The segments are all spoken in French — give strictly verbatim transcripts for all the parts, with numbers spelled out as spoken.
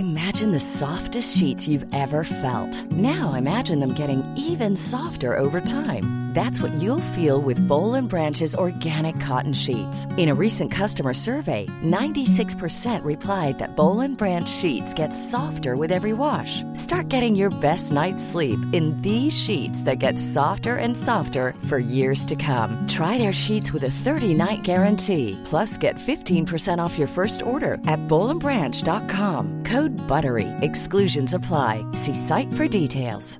Imagine the softest sheets you've ever felt. Now imagine them getting even softer over time. That's what you'll feel with Boll and Branch's organic cotton sheets. In a recent customer survey, ninety-six percent replied that Boll and Branch sheets get softer with every wash. Start getting your best night's sleep in these sheets that get softer and softer for years to come. Try their sheets with a thirty-night guarantee. Plus, get fifteen percent off your first order at boll and branch dot com. Code BUTTERY. Exclusions apply. See site for details.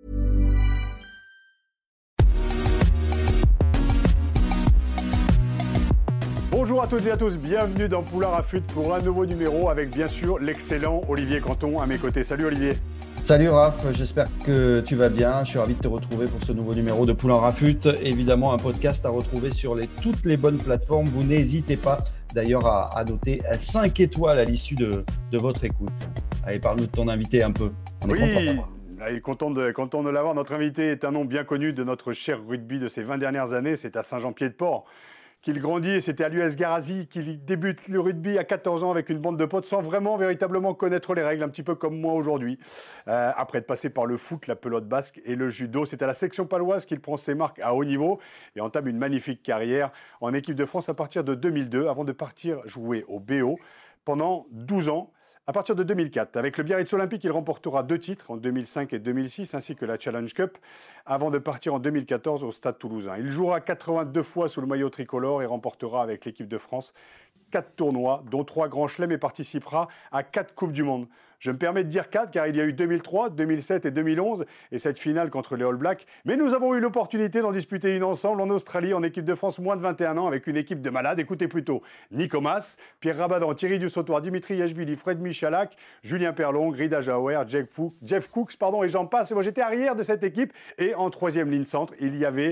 Bonjour à toutes et à tous, bienvenue dans Poulain Rafut pour un nouveau numéro avec bien sûr l'excellent Olivier Canton à mes côtés. Salut Olivier. Salut Raph, j'espère que tu vas bien. Je suis ravi de te retrouver pour ce nouveau numéro de Poulain Rafut. Évidemment, un podcast à retrouver sur les, toutes les bonnes plateformes. Vous n'hésitez pas d'ailleurs à, à noter cinq étoiles à l'issue de, de votre écoute. Allez, parle-nous de ton invité un peu. On oui. est content. Allez, content de, content de l'avoir. Notre invité est un nom bien connu de notre cher rugby de ces vingt dernières années. C'est à Saint-Jean-Pied-de-Port qu'il grandit et c'était à l'U S Garazi qu'il débute le rugby à quatorze ans avec une bande de potes sans vraiment véritablement connaître les règles, un petit peu comme moi aujourd'hui. Euh, après être passé par le foot, la pelote basque et le judo, c'est à la section paloise qu'il prend ses marques à haut niveau et entame une magnifique carrière en équipe de France à partir de deux mille deux avant de partir jouer au B O pendant douze ans. À partir de deux mille quatre, avec le Biarritz Olympique, il remportera deux titres en deux mille cinq et deux mille six, ainsi que la Challenge Cup, avant de partir en deux mille quatorze au Stade Toulousain. Il jouera quatre-vingt-deux fois sous le maillot tricolore et remportera avec l'équipe de France quatre tournois, dont trois grands chelems et participera à quatre Coupes du Monde. Je me permets de dire quatre, car il y a eu deux mille trois, deux mille sept et deux mille onze, et cette finale contre les All Blacks. Mais nous avons eu l'opportunité d'en disputer une ensemble en Australie, en équipe de France moins de vingt et un ans, avec une équipe de malades. Écoutez plutôt Nico Mas, Pierre Rabadan, Thierry Dussautoir, Dimitri Yachvili, Fred Michalak, Julien Perlon, Grida Jaouer, Jeff, Fou- Jeff Cooks, pardon, et j'en passe. Moi, j'étais arrière de cette équipe, et en troisième ligne centre, il y avait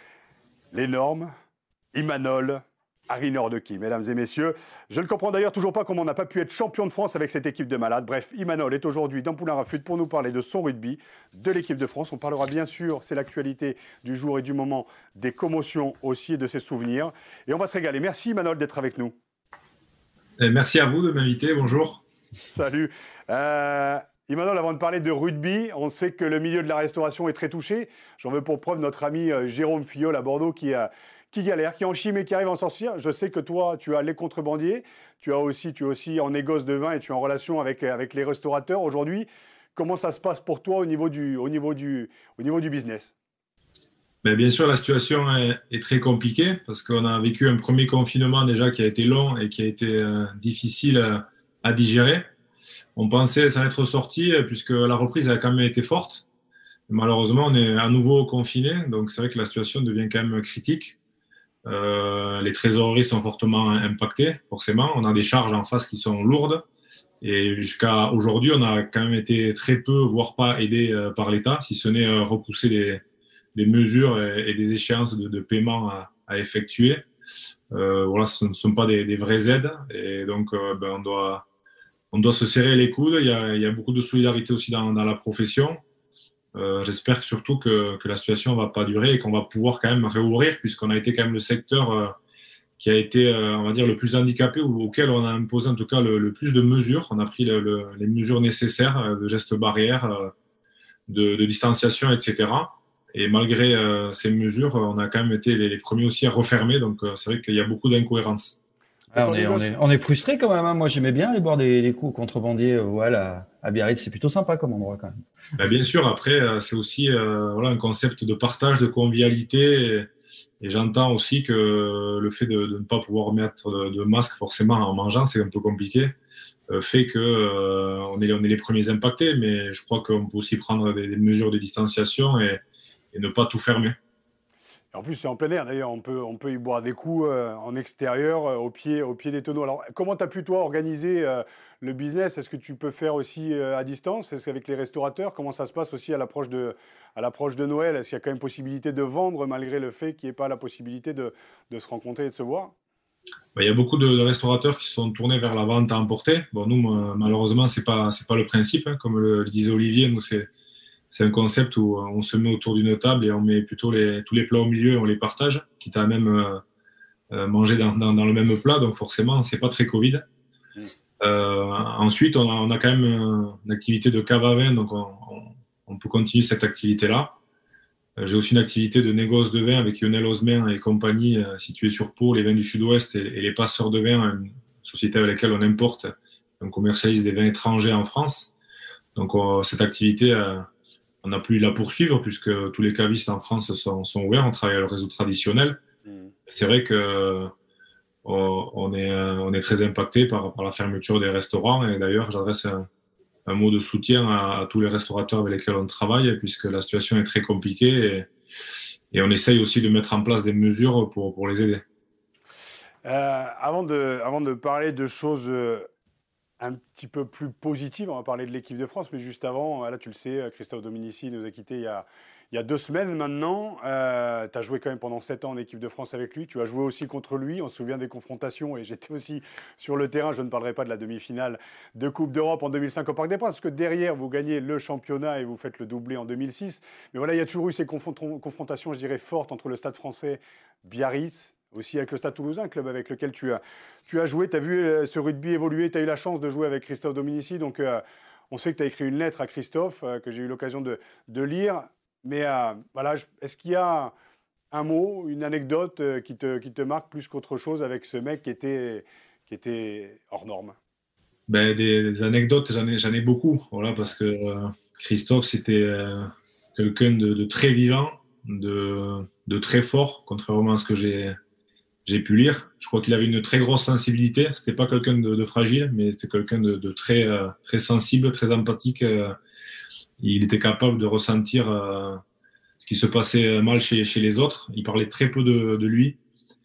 l'énorme Imanol Harry Nordecki, mesdames et messieurs. Je ne comprends d'ailleurs toujours pas comment on n'a pas pu être champion de France avec cette équipe de malades. Bref, Imanol est aujourd'hui dans Poulain Rafut pour nous parler de son rugby, de l'équipe de France. On parlera bien sûr, c'est l'actualité du jour et du moment, des commotions aussi et de ses souvenirs. Et on va se régaler. Merci Imanol d'être avec nous. Et merci à vous de m'inviter. Bonjour. Salut. Euh... Imanol, avant de parler de rugby, on sait que le milieu de la restauration est très touché. J'en veux pour preuve notre ami Jérôme Fillol à Bordeaux qui a... qui galère, qui en chie mais qui arrive à en sortir. Je sais que toi, tu as les contrebandiers, tu as aussi, tu es aussi en négoce de vin et tu es en relation avec, avec les restaurateurs. Aujourd'hui, comment ça se passe pour toi au niveau du, au niveau du, au niveau du business ? Mais bien sûr, la situation est, est très compliquée parce qu'on a vécu un premier confinement déjà qui a été long et qui a été euh, difficile à, à digérer. On pensait s'en être sorti puisque la reprise a quand même été forte. Malheureusement, on est à nouveau confiné, donc c'est vrai que la situation devient quand même critique. Euh, les trésoreries sont fortement impactées, forcément. On a des charges en face qui sont lourdes. Et jusqu'à aujourd'hui, on a quand même été très peu, voire pas aidé euh, par l'État, si ce n'est euh, repousser des, des mesures et, et des échéances de, de paiement à, à effectuer. Euh, voilà, ce ne sont pas des, des vraies aides. Et donc, euh, ben, on doit, on doit se serrer les coudes. Il y a, il y a beaucoup de solidarité aussi dans, dans la profession. Euh, j'espère surtout que, que la situation ne va pas durer et qu'on va pouvoir quand même réouvrir puisqu'on a été quand même le secteur euh, qui a été, euh, on va dire, le plus handicapé ou auquel on a imposé en tout cas le, le plus de mesures. On a pris le, le, les mesures nécessaires euh, de gestes barrières, euh, de, de distanciation, et cetera. Et malgré euh, ces mesures, on a quand même été les, les premiers aussi à refermer. Donc euh, c'est vrai qu'il y a beaucoup d'incohérences. Ouais, on, est, on, est, on est frustrés quand même. Hein. Moi, j'aimais bien aller boire des, des coups contrebandiers euh, ouais, à, à Biarritz. C'est plutôt sympa comme endroit quand même. Ben, bien sûr, après, euh, c'est aussi euh, voilà, un concept de partage, de convivialité. Et, et j'entends aussi que le fait de, de ne pas pouvoir mettre de, de masque forcément en mangeant, c'est un peu compliqué. Euh, fait que euh, on, est, on est les premiers impactés, mais je crois qu'on peut aussi prendre des, des mesures de distanciation et, et ne pas tout fermer. En plus, c'est en plein air, d'ailleurs, on peut, on peut y boire des coups euh, en extérieur, euh, au, pied, au pied des tonneaux. Alors, comment tu as pu, toi, organiser euh, le business ? Est-ce que tu peux faire aussi euh, à distance ? Est-ce qu'avec les restaurateurs, comment ça se passe aussi à l'approche de, à l'approche de Noël ? Est-ce qu'il y a quand même possibilité de vendre, malgré le fait qu'il n'y ait pas la possibilité de, de se rencontrer et de se voir ? Ben, il y a beaucoup de, de restaurateurs qui sont tournés vers la vente à emporter. Bon, nous, malheureusement, ce n'est pas, c'est pas le principe. Hein. Comme le, le disait Olivier, nous, c'est... C'est un concept où on se met autour d'une table et on met plutôt les, tous les plats au milieu et on les partage, quitte à même euh, manger dans, dans, dans le même plat. Donc forcément, c'est pas très Covid. Euh, ensuite, on a, on a quand même une activité de cave à vin, donc on, on, on peut continuer cette activité-là. Euh, j'ai aussi une activité de négoce de vin avec Lionel Osmer et compagnie euh, située sur Pau, les vins du Sud-Ouest et, et les passeurs de vin, une société avec laquelle on importe, on commercialise des vins étrangers en France. Donc on, cette activité, euh, on n'a plus la poursuivre puisque tous les cavistes en France sont, sont ouverts, on travaille avec le réseau traditionnel. Mmh. C'est vrai que on est, on est très impacté par, par la fermeture des restaurants. Et d'ailleurs, j'adresse un, un mot de soutien à, à tous les restaurateurs avec lesquels on travaille, puisque la situation est très compliquée. Et, et on essaye aussi de mettre en place des mesures pour, pour les aider. Euh, avant, de, avant de parler de choses un petit peu plus positives, on va parler de l'équipe de France, mais juste avant, là tu le sais, Christophe Dominici nous a quittés il y a, il y a deux semaines maintenant. Euh, tu as joué quand même pendant sept ans en équipe de France avec lui. Tu as joué aussi contre lui. On se souvient des confrontations et j'étais aussi sur le terrain. Je ne parlerai pas de la demi-finale de Coupe d'Europe en deux mille cinq au Parc des Princes, parce que derrière, vous gagnez le championnat et vous faites le doublé en deux mille six. Mais voilà, il y a toujours eu ces confrontations, je dirais, fortes entre le Stade français, Biarritz, aussi avec le Stade Toulousain, club avec lequel tu as, tu as joué. Tu as vu ce rugby évoluer. Tu as eu la chance de jouer avec Christophe Dominici. Donc, euh, on sait que tu as écrit une lettre à Christophe euh, que j'ai eu l'occasion de, de lire. Mais euh, voilà, est-ce qu'il y a un mot, une anecdote euh, qui, te, qui te marque plus qu'autre chose avec ce mec qui était, qui était hors norme? Ben, des, des anecdotes, j'en ai, j'en ai beaucoup. Voilà, parce que euh, Christophe, c'était euh, quelqu'un de, de très vivant, de, de très fort, contrairement à ce que j'ai, j'ai pu lire. Je crois qu'il avait une très grosse sensibilité. C'était pas quelqu'un de, de fragile, mais c'était quelqu'un de, de très, euh, très sensible, très empathique. Euh, il était capable de ressentir euh, ce qui se passait mal chez, chez les autres. Il parlait très peu de, de lui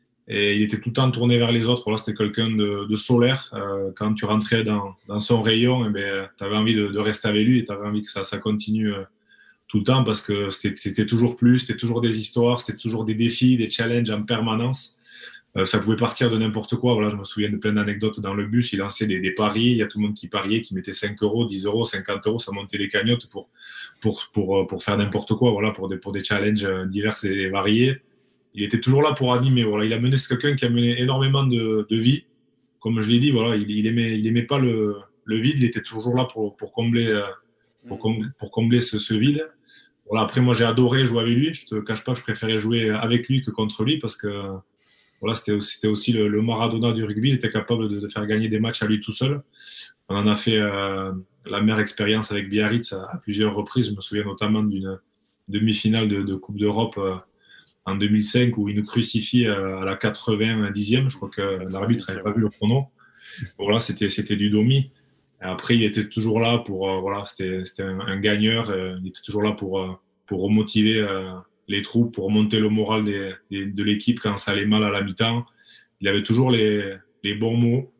et il était tout le temps tourné vers les autres. Voilà, c'était quelqu'un de, de solaire. Euh, quand tu rentrais dans, dans son rayon, eh ben, tu avais envie de, de rester avec lui et tu avais envie que ça, ça continue euh, tout le temps parce que c'était, c'était toujours plus, c'était toujours des histoires, c'était toujours des défis, des challenges en permanence. Euh, ça pouvait partir de n'importe quoi. Voilà, je me souviens de plein d'anecdotes dans le bus. Il lançait des, des paris. Il y a tout le monde qui pariait, qui mettait cinq euros, dix euros, cinquante euros. Ça montait les cagnottes pour, pour, pour, pour faire n'importe quoi. Voilà, pour des, pour des challenges divers et variés. Il était toujours là pour animer. Voilà, il a mené, c'est quelqu'un qui a mené énormément de, de vie. Comme je l'ai dit, voilà, il, il aimait, il aimait pas le, le vide. Il était toujours là pour, pour combler, pour combler, pour combler ce, ce vide. Voilà, après, moi, j'ai adoré jouer avec lui. Je te cache pas que je préférais jouer avec lui que contre lui parce que, voilà, c'était aussi, c'était aussi le, le Maradona du rugby. Il était capable de, de faire gagner des matchs à lui tout seul. On en a fait euh, la meilleure expérience avec Biarritz à, à plusieurs reprises. Je me souviens notamment d'une demi-finale de, de Coupe d'Europe euh, en deux mille cinq où il nous crucifie euh, à la quatre-vingt-dixième. Je crois que l'arbitre n'avait pas vu le chrono. Voilà, c'était, c'était du Domi. Et après, il était toujours là pour, euh, voilà, c'était, c'était un, un gagneur. Euh, il était toujours là pour, euh, pour remotiver euh, les troupes, pour remonter le moral des, des, de l'équipe quand ça allait mal à la mi-temps. Il avait toujours les, les bons mots.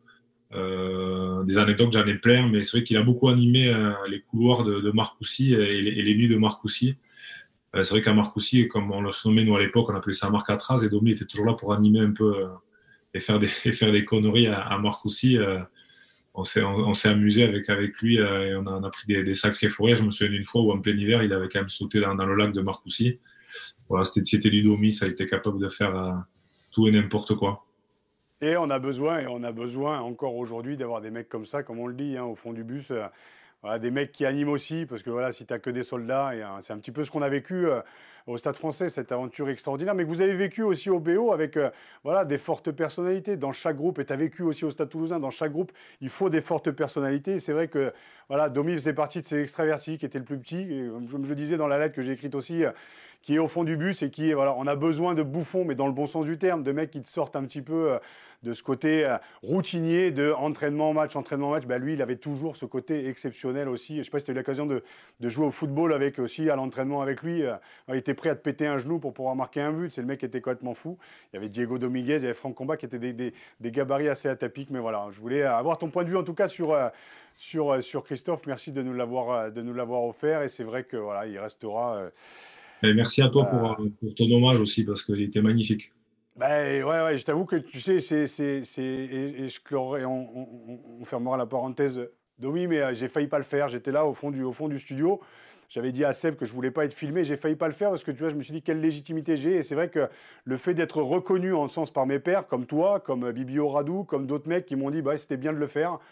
Euh, des anecdotes, j'en ai plein, mais c'est vrai qu'il a beaucoup animé euh, les couloirs de, de Marcoussis et les, et les nuits de Marcoussis. Euh, c'est vrai qu'à Marcoussis, comme on le surnommait nous à l'époque, on appelait ça Marcatraz, et Domi était toujours là pour animer un peu euh, et, faire des, et faire des conneries à, à Marcoussis. Euh, on, s'est, on, on s'est amusé avec, avec lui euh, et on a, on a pris des, des sacrés fous rires. Je me souviens d'une fois où en plein hiver, il avait quand même sauté dans, dans le lac de Marcoussis. Voilà, c'était, c'était du Domi, ça a été capable de faire euh, tout et n'importe quoi. Et on a besoin, et on a besoin encore aujourd'hui d'avoir des mecs comme ça, comme on le dit, hein, au fond du bus. Euh, voilà, des mecs qui animent aussi, parce que voilà, si tu n'as que des soldats, et, hein, c'est un petit peu ce qu'on a vécu euh, au Stade français, cette aventure extraordinaire, mais que vous avez vécu aussi au B O avec euh, voilà, des fortes personnalités dans chaque groupe, et tu as vécu aussi au Stade Toulousain, dans chaque groupe, il faut des fortes personnalités. Et c'est vrai que voilà, Domi faisait partie de ces extravertis qui étaient le plus petit, et, comme je disais dans la lettre que j'ai écrite aussi, euh, qui est au fond du bus et qui, voilà, on a besoin de bouffons, mais dans le bon sens du terme, de mecs qui te sortent un petit peu euh, de ce côté euh, routinier de entraînement match, entraînement match. Ben, lui, il avait toujours ce côté exceptionnel aussi. Je ne sais pas si tu as eu l'occasion de, de jouer au football avec aussi à l'entraînement avec lui. Euh, il était prêt à te péter un genou pour pouvoir marquer un but. C'est le mec qui était complètement fou. Il y avait Diego Dominguez, il y avait Franck Combat qui étaient des, des, des gabarits assez atypiques. Mais voilà, je voulais avoir ton point de vue en tout cas sur, euh, sur, sur Christophe. Merci de nous l'avoir, de nous l'avoir offert. Et c'est vrai que voilà, il restera. Euh, Et merci à toi pour, euh, pour ton hommage aussi, parce qu'il était magnifique. Ben ouais, ouais, je t'avoue que tu sais, c'est, c'est, c'est, et, et je clorerai, on, on, on fermera la parenthèse Domi, mais euh, j'ai failli pas le faire. J'étais là au fond du, au fond du studio. J'avais dit à Seb que je voulais pas être filmé. J'ai failli pas le faire parce que tu vois, je me suis dit quelle légitimité j'ai. Et c'est vrai que le fait d'être reconnu en sens par mes pairs, comme toi, comme Bibio Radou, comme d'autres mecs qui m'ont dit bah c'était bien de le faire.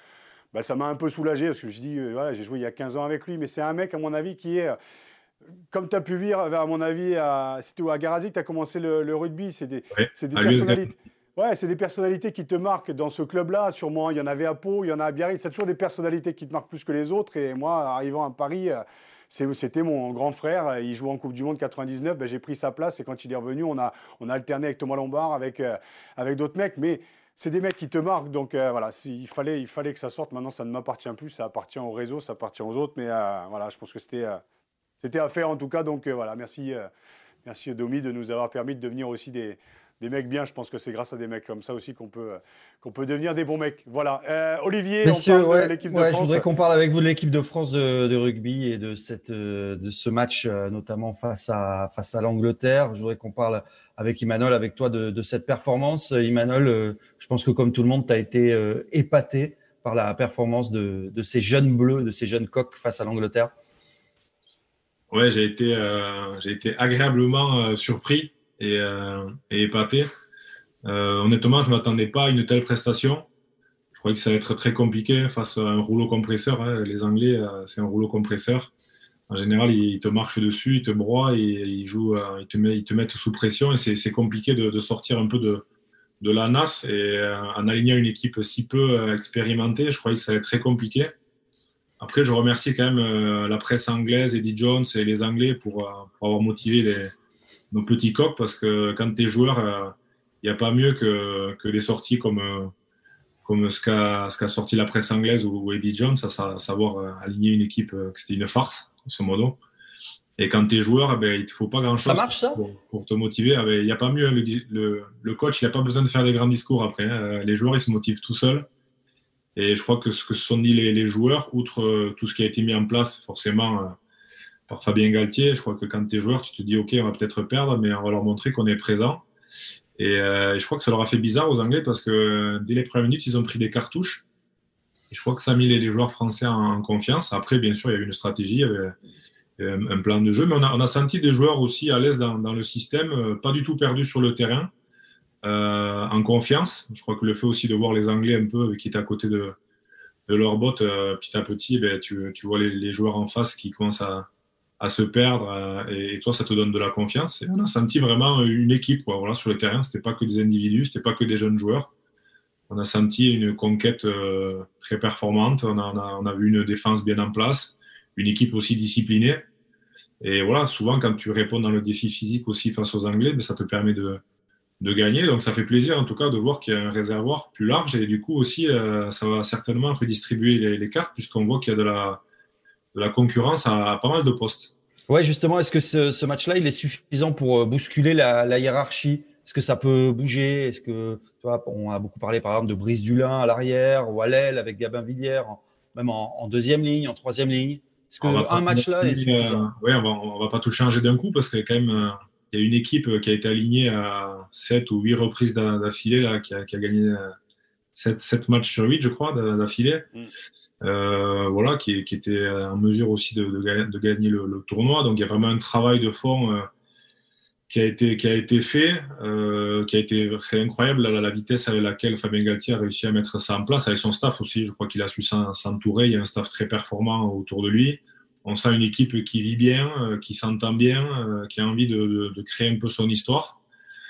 bah, ça m'a un peu soulagé parce que je dis, euh, voilà, j'ai joué il y a quinze ans avec lui, mais c'est un mec, à mon avis, qui est, euh, comme tu as pu voir, à mon avis, à, c'était à Garazi que tu as commencé le, le rugby. C'est des, Ouais, c'est des à l'U S G. personnalités. Ouais, c'est des personnalités qui te marquent dans ce club-là. Sûrement, il y en avait à Pau, il y en a à Biarritz. C'est toujours des personnalités qui te marquent plus que les autres. Et moi, arrivant à Paris, euh, c'est- c'était mon grand frère. Il jouait en Coupe du Monde quatre-vingt-dix-neuf. Ben, j'ai pris sa place. Et quand il est revenu, on a, on a alterné avec Thomas Lombard, avec, euh, avec d'autres mecs. Mais c'est des mecs qui te marquent. Donc euh, voilà, si- il fallait, il fallait que ça sorte. Maintenant, ça ne m'appartient plus. Ça appartient au réseau, ça appartient aux autres. Mais euh, voilà, je pense que c'était euh, c'était à faire en tout cas. Donc euh, voilà, merci, euh, merci Domi de nous avoir permis de devenir aussi des, des mecs bien. Je pense que c'est grâce à des mecs comme ça aussi qu'on peut, euh, qu'on peut devenir des bons mecs. Voilà. Euh, Olivier, Messieurs, on parle ouais, de l'équipe de ouais, je France. voudrais qu'on parle avec vous de l'équipe de France de, de rugby et de, cette, euh, de ce match, euh, notamment face à, face à l'Angleterre. Je voudrais qu'on parle avec Emmanuel, avec toi, de, de cette performance. Emmanuel, euh, je pense que comme tout le monde, tu as été euh, épaté par la performance de, de ces jeunes bleus, de ces jeunes coqs face à l'Angleterre. Ouais, j'ai été, euh, j'ai été agréablement euh, surpris et, euh, et épaté. Euh, honnêtement, je ne m'attendais pas à une telle prestation. Je croyais que ça allait être très compliqué face à un rouleau compresseur. Hein. Les Anglais, euh, c'est un rouleau compresseur. En général, ils te marchent dessus, ils te broient, et ils, jouent, euh, ils, te met, ils te mettent sous pression. Et c'est, c'est compliqué de, de sortir un peu de, de la nasse. Et euh, en alignant une équipe si peu euh, expérimentée, je croyais que ça allait être très compliqué. Après, je remercie quand même euh, la presse anglaise, Eddie Jones et les Anglais pour, euh, pour avoir motivé les, nos petits coqs, parce que quand tu es joueur, il euh, n'y a pas mieux que, que des sorties comme, euh, comme ce, qu'a, ce qu'a sorti la presse anglaise ou, ou Eddie Jones, à, à savoir euh, aligner une équipe, euh, que c'était une farce, grosso modo. Et quand tu es joueur, eh ben, il ne te faut pas grand-chose ça marche, ça pour, pour te motiver. Eh ben, il n'y a pas mieux. Le, le, le coach, il n'a pas besoin de faire des grands discours après. Hein. Les joueurs, ils se motivent tout seuls. Et je crois que ce que se sont dit les, les joueurs, outre euh, tout ce qui a été mis en place forcément euh, par Fabien Galtier, je crois que quand tu es joueur, tu te dis ok, on va peut-être perdre, mais on va leur montrer qu'on est présent. Et euh, je crois que ça leur a fait bizarre aux Anglais parce que euh, dès les premières minutes, ils ont pris des cartouches. Et je crois que ça a mis les, les joueurs français en, en confiance. Après, bien sûr, il y avait une stratégie, il y avait un, un plan de jeu, mais on a, on a senti des joueurs aussi à l'aise dans, dans le système, euh, pas du tout perdus sur le terrain. Euh, en confiance. Je crois que le fait aussi de voir les Anglais un peu qui étaient à côté de, de leur botte, euh, petit à petit, ben, tu, tu vois les, les joueurs en face qui commencent à, à se perdre euh, et, et toi, ça te donne de la confiance. Et on a senti vraiment une équipe quoi, voilà, sur le terrain. C'était pas que des individus, c'était pas que des jeunes joueurs. On a senti une conquête euh, très performante. On a, on, a, on a vu une défense bien en place, une équipe aussi disciplinée. Et voilà, souvent, quand tu réponds dans le défi physique aussi face aux Anglais, ben, ça te permet de de gagner. Donc, ça fait plaisir, en tout cas, de voir qu'il y a un réservoir plus large. Et du coup, aussi, euh, ça va certainement redistribuer les, les cartes, puisqu'on voit qu'il y a de la, de la concurrence à, à pas mal de postes. Ouais, justement, est-ce que ce, ce match-là, il est suffisant pour bousculer la, la hiérarchie? Est-ce que ça peut bouger? Est-ce que, tu vois, on a beaucoup parlé, par exemple, de Brice Dulin à l'arrière ou à l'aile avec Gabin Villiers, même en, en deuxième ligne, en troisième ligne. Est-ce qu'un match-là est suffisant? Euh, oui, on va, on va pas tout changer d'un coup, parce qu'il y a quand même... Euh, il y a une équipe qui a été alignée à sept ou huit reprises d'affilée, là, qui, a, qui a gagné sept matchs sur huit, je crois, d'affilée. Mm. Euh, voilà, qui, qui était en mesure aussi de, de, de gagner le, le tournoi. Donc, il y a vraiment un travail de fond euh, qui, a été, qui a été fait. Euh, qui a été, c'est incroyable la, la vitesse avec laquelle Fabien Galtier a réussi à mettre ça en place, avec son staff aussi. Je crois qu'il a su s'entourer. Il y a un staff très performant autour de lui. On sent une équipe qui vit bien, euh, qui s'entend bien, euh, qui a envie de, de, de créer un peu son histoire.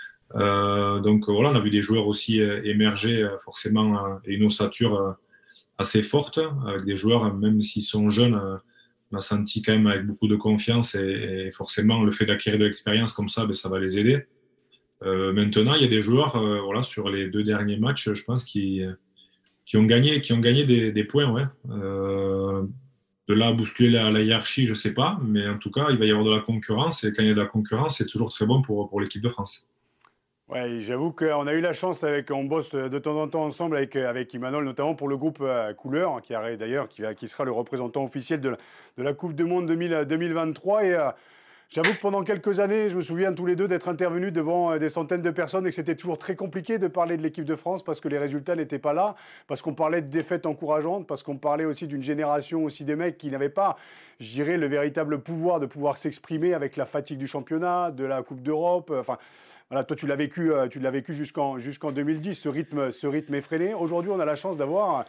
Euh, donc voilà, on a vu des joueurs aussi euh, émerger euh, forcément euh, et une ossature euh, assez forte, avec des joueurs, même s'ils sont jeunes, euh, on a senti quand même avec beaucoup de confiance et, et forcément le fait d'acquérir de l'expérience comme ça, ben, ça va les aider. Euh, maintenant, il y a des joueurs, euh, voilà, sur les deux derniers matchs, je pense, qui, qui ont gagné, qui ont gagné des, des points, ouais. Euh, De là à bousculer la, la hiérarchie, je ne sais pas, mais en tout cas, il va y avoir de la concurrence, et quand il y a de la concurrence, c'est toujours très bon pour, pour l'équipe de France. Ouais, j'avoue qu'on a eu la chance, avec, on bosse de temps en temps ensemble avec, avec Emmanuel, notamment pour le groupe euh, Couleur, qui a d'ailleurs qui, qui sera le représentant officiel de la, de la Coupe du Monde deux mille vingt-trois. Et euh, j'avoue que pendant quelques années, je me souviens tous les deux d'être intervenus devant des centaines de personnes et que c'était toujours très compliqué de parler de l'équipe de France parce que les résultats n'étaient pas là, parce qu'on parlait de défaites encourageantes, parce qu'on parlait aussi d'une génération aussi des mecs qui n'avaient pas, je dirais, le véritable pouvoir de pouvoir s'exprimer avec la fatigue du championnat, de la Coupe d'Europe. Enfin, voilà, toi tu l'as vécu, tu l'as vécu jusqu'en jusqu'en deux mille dix, ce rythme, ce rythme effréné. Aujourd'hui, on a la chance d'avoir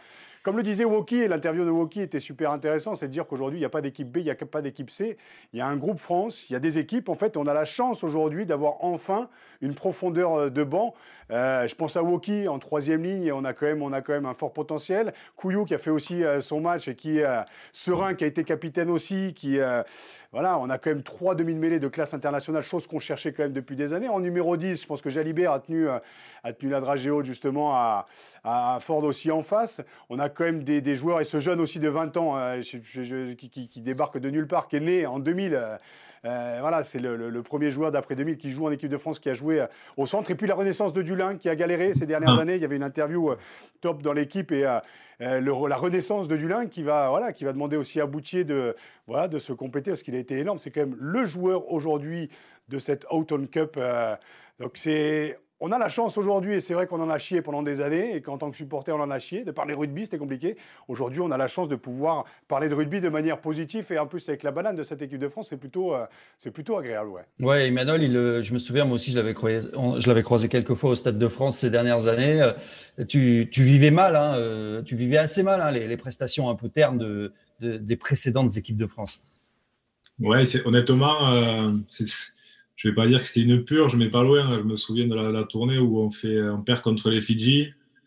comme le disait Woki, et l'interview de Woki était super intéressant, c'est de dire qu'aujourd'hui, il n'y a pas d'équipe B, il n'y a pas d'équipe C. Il y a un groupe France, il y a des équipes. En fait, on a la chance aujourd'hui d'avoir enfin une profondeur de banc. Euh, je pense à Woki en troisième ligne, et on a quand même, on a quand même un fort potentiel. Couillou qui a fait aussi euh, son match et qui est euh, serein, qui a été capitaine aussi. Qui, euh, voilà, on a quand même trois demi-mêlées de classe internationale, chose qu'on cherchait quand même depuis des années. En numéro dix, je pense que Jalibert a tenu, euh, a tenu la dragée haute justement à, à Ford aussi en face. On a quand même des, des joueurs, et ce jeune aussi de vingt ans euh, je, je, je, qui, qui, qui débarque de nulle part, qui est né en deux mille. Euh, Euh, voilà, c'est le, le, le premier joueur d'après deux mille qui joue en équipe de France, qui a joué euh, au centre. Et puis la renaissance de Dulin, qui a galéré ces dernières années. Il y avait une interview euh, top dans l'équipe, et euh, euh, le, la renaissance de Dulin qui va, voilà, qui va demander aussi à Boutier de, voilà, de se compléter, parce qu'il a été énorme. C'est quand même le joueur aujourd'hui de cette Houghton Cup. Euh, donc c'est... On a la chance aujourd'hui, et c'est vrai qu'on en a chié pendant des années, et qu'en tant que supporter, on en a chié. De parler rugby, c'était compliqué. Aujourd'hui, on a la chance de pouvoir parler de rugby de manière positive, et en plus, avec la banane de cette équipe de France, c'est plutôt, euh, c'est plutôt agréable. Ouais, ouais, Emmanuel, il, euh, je me souviens, moi aussi, je l'avais croisé, je l'avais croisé quelques fois au Stade de France ces dernières années. Euh, tu, tu vivais mal, hein, euh, tu vivais assez mal hein, les, les prestations un peu ternes de, de, des précédentes équipes de France. Ouais, c'est, honnêtement, euh, c'est... je ne vais pas dire que c'était une purge, mais pas loin. Je me souviens de la, la tournée où on, fait, on perd contre les Fidji.